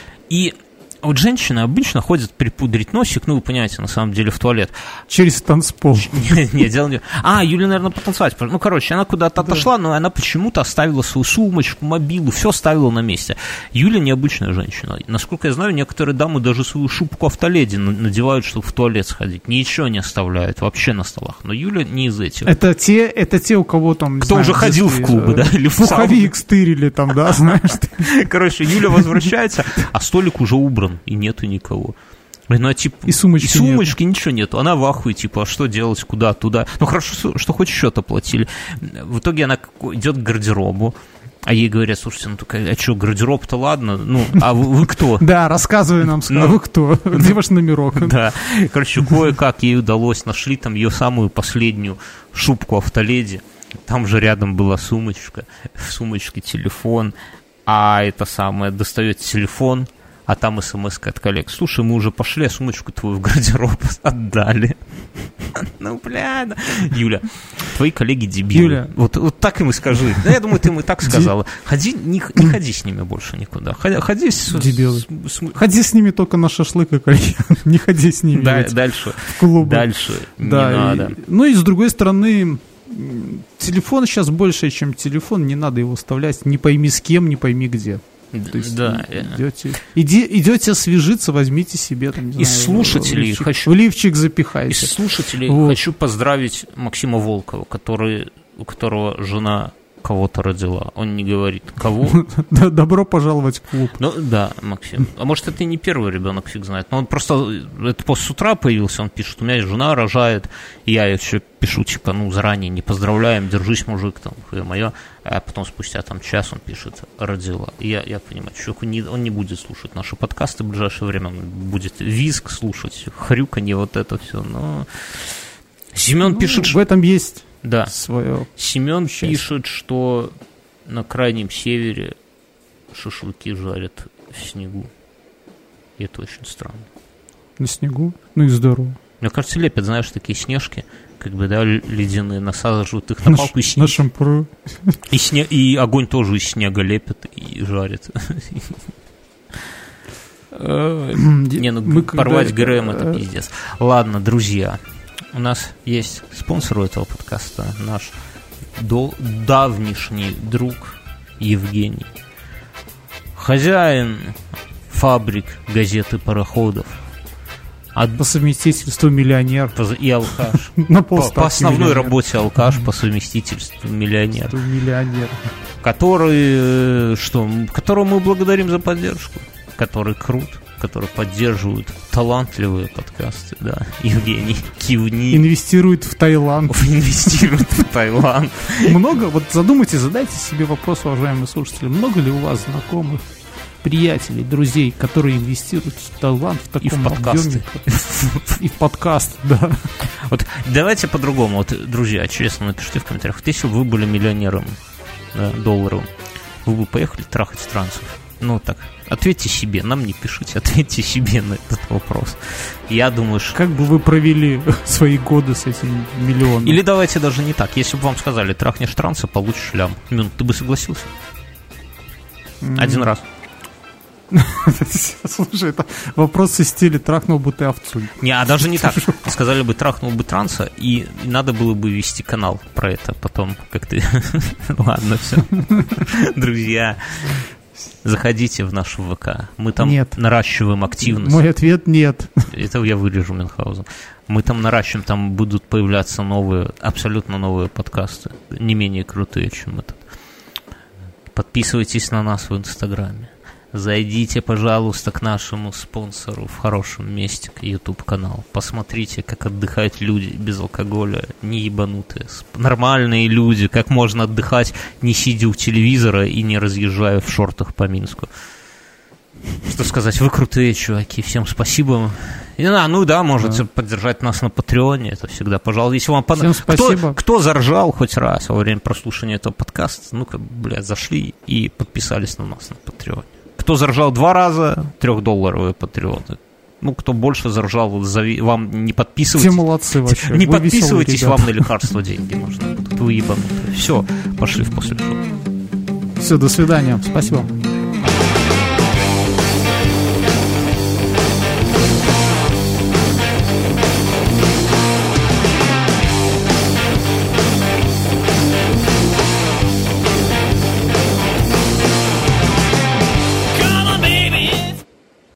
И вот женщины обычно ходят припудрить носик, ну, вы понимаете, на самом деле, в туалет. Через танцпол. Нет, нет, дело не... А, Юля, наверное, потанцевать. Ну, короче, она куда-то да. отошла, но она почему-то оставила свою сумочку, мобилу, все оставила на месте. Юля необычная женщина. Насколько я знаю, некоторые дамы даже свою шубку автоледи надевают, чтобы в туалет сходить. Ничего не оставляют вообще на столах. Но Юля не из этих. Это те, это те, у кого там... Кто знаю, уже ходил в клубы, да? Или в пуховик стырили там, да, знаешь. Короче, Юля возвращается, а столик уже убран. И нету никого. Ну, а, типа, и сумочки, и сумочки нету. Ничего нету. Она в ахуе, типа, а что делать, куда, туда. Ну, хорошо, что хоть счет оплатили. В итоге она идет к гардеробу, а ей говорят, слушайте, ну, а что, гардероб-то ладно, ну, а вы, вы кто? Да, рассказывай нам, а вы кто? Где ваш номерок? Да, короче, кое-как ей удалось, нашли там ее самую последнюю шубку автоледи, там же рядом была сумочка, в сумочке телефон, а это самое, достает телефон, а там смс-ка от коллег. Слушай, мы уже пошли, а сумочку твою в гардероб отдали. Ну, бля, Юля, твои коллеги дебилы. Юля. Вот, вот так им и скажи. Да, я думаю, ты им и так сказала. Ходи, не, не ходи с ними больше никуда. Ходи, ходи с... Дебилы. С, с... Ходи с ними только на шашлык и кальян. Не ходи с ними. Да, дальше. В клубы. Дальше да, не надо. И, ну и с другой стороны, телефон сейчас больше, чем телефон. Не надо его вставлять. Не пойми с кем, не пойми где. То есть да, идете, иди, идете освежиться, возьмите себе там, не из знаю, слушателей в лифчик, хочу, в лифчик запихайте. Из слушателей вот. Хочу поздравить Максима Волкова, который, у которого жена кого-то родила. Он не говорит, кого. Добро пожаловать в клуб. Ну да, Максим. А может, это и не первый ребенок, фиг знает. Но он просто, это после утра появился, он пишет, у меня жена рожает, и я еще пишу, типа, ну, заранее не поздравляем, держись, мужик, там, мое. А потом спустя там час он пишет, родила. И я, я понимаю, человек, он не, он не будет слушать наши подкасты в ближайшее время, он будет визг слушать, хрюканье, вот это все. Но Семен ну, пишет... В этом есть... Да. Свое Семен счастье. Пишет, что на крайнем севере шашлыки жарят в снегу. И это очень странно. На снегу? Ну и здорово. Мне кажется, лепят, знаешь, такие снежки, как бы, да, ледяные, насаживают их на, на палку. Ш- на шампуру. И, сне- и огонь тоже из снега лепят и жарят. Не, ну порвать ГРМ это пиздец. Ладно, друзья. У нас есть спонсор этого подкаста, наш до, давнишний друг Евгений, хозяин фабрик, газет и пароходов. По совместительству миллионер. И алкаш. На по, по основной миллионер. Работе алкаш, по совместительству миллионер. Миллионер. Который, что, которого мы благодарим за поддержку, который крут. Которые поддерживают талантливые подкасты, да, Евгений, кивни. Инвестирует в Таиланд. Инвестирует в Таиланд. Много, вот задумайтесь, задайте себе вопрос, уважаемые слушатели, много ли у вас знакомых, приятелей, друзей, которые инвестируют в Таиланд в таком и в подкасты. объеме? И в подкаст, да. Вот давайте по-другому, вот, друзья, честно, напишите в комментариях, вот если бы вы были миллионером, да, долларовым, вы бы поехали трахать транцев? Ну, так, ответьте себе, нам не пишите, ответьте себе на этот вопрос. Я думаю, что... Как бы вы провели свои годы с этим миллионом? Или давайте даже не так. Если бы вам сказали, трахнешь транса, получишь лям. Мин, ты бы согласился? Mm. Один раз. Слушай, это вопрос из стиля «трахнул бы ты овцу». Не, а даже не так. Сказали бы «трахнул бы транса», и надо было бы вести канал про это потом, как ты... Ладно, все. Друзья... Заходите в наш ВК. Мы там нет. наращиваем активность. Мой ответ нет. Это я вырежу, Мюнхгаузен. Мы там наращиваем, там будут появляться новые, абсолютно новые подкасты, не менее крутые, чем этот. Подписывайтесь на нас в Инстаграме. Зайдите, пожалуйста, к нашему спонсору в хорошем месте, к YouTube-каналу. Посмотрите, как отдыхают люди без алкоголя, не ебанутые. Нормальные люди, как можно отдыхать, не сидя у телевизора и не разъезжая в шортах по Минску. Что сказать, вы крутые чуваки, всем спасибо. И, а, ну да, можете да. поддержать нас на Патреоне, это всегда, пожалуйста. Если вам понравилось. Кто, кто заржал хоть раз во время прослушивания этого подкаста, ну-ка, блядь, зашли и подписались на нас на Патреоне. Кто заржал два раза, трёхдолларовые патреоны. Ну, кто больше заржал, вот зови, вам не подписывайтесь. Все молодцы вообще. Не Вы подписывайтесь, вам на лекарства деньги нужны. Вы ебанутые. Все, пошли в после шоу. Все, до свидания. Спасибо.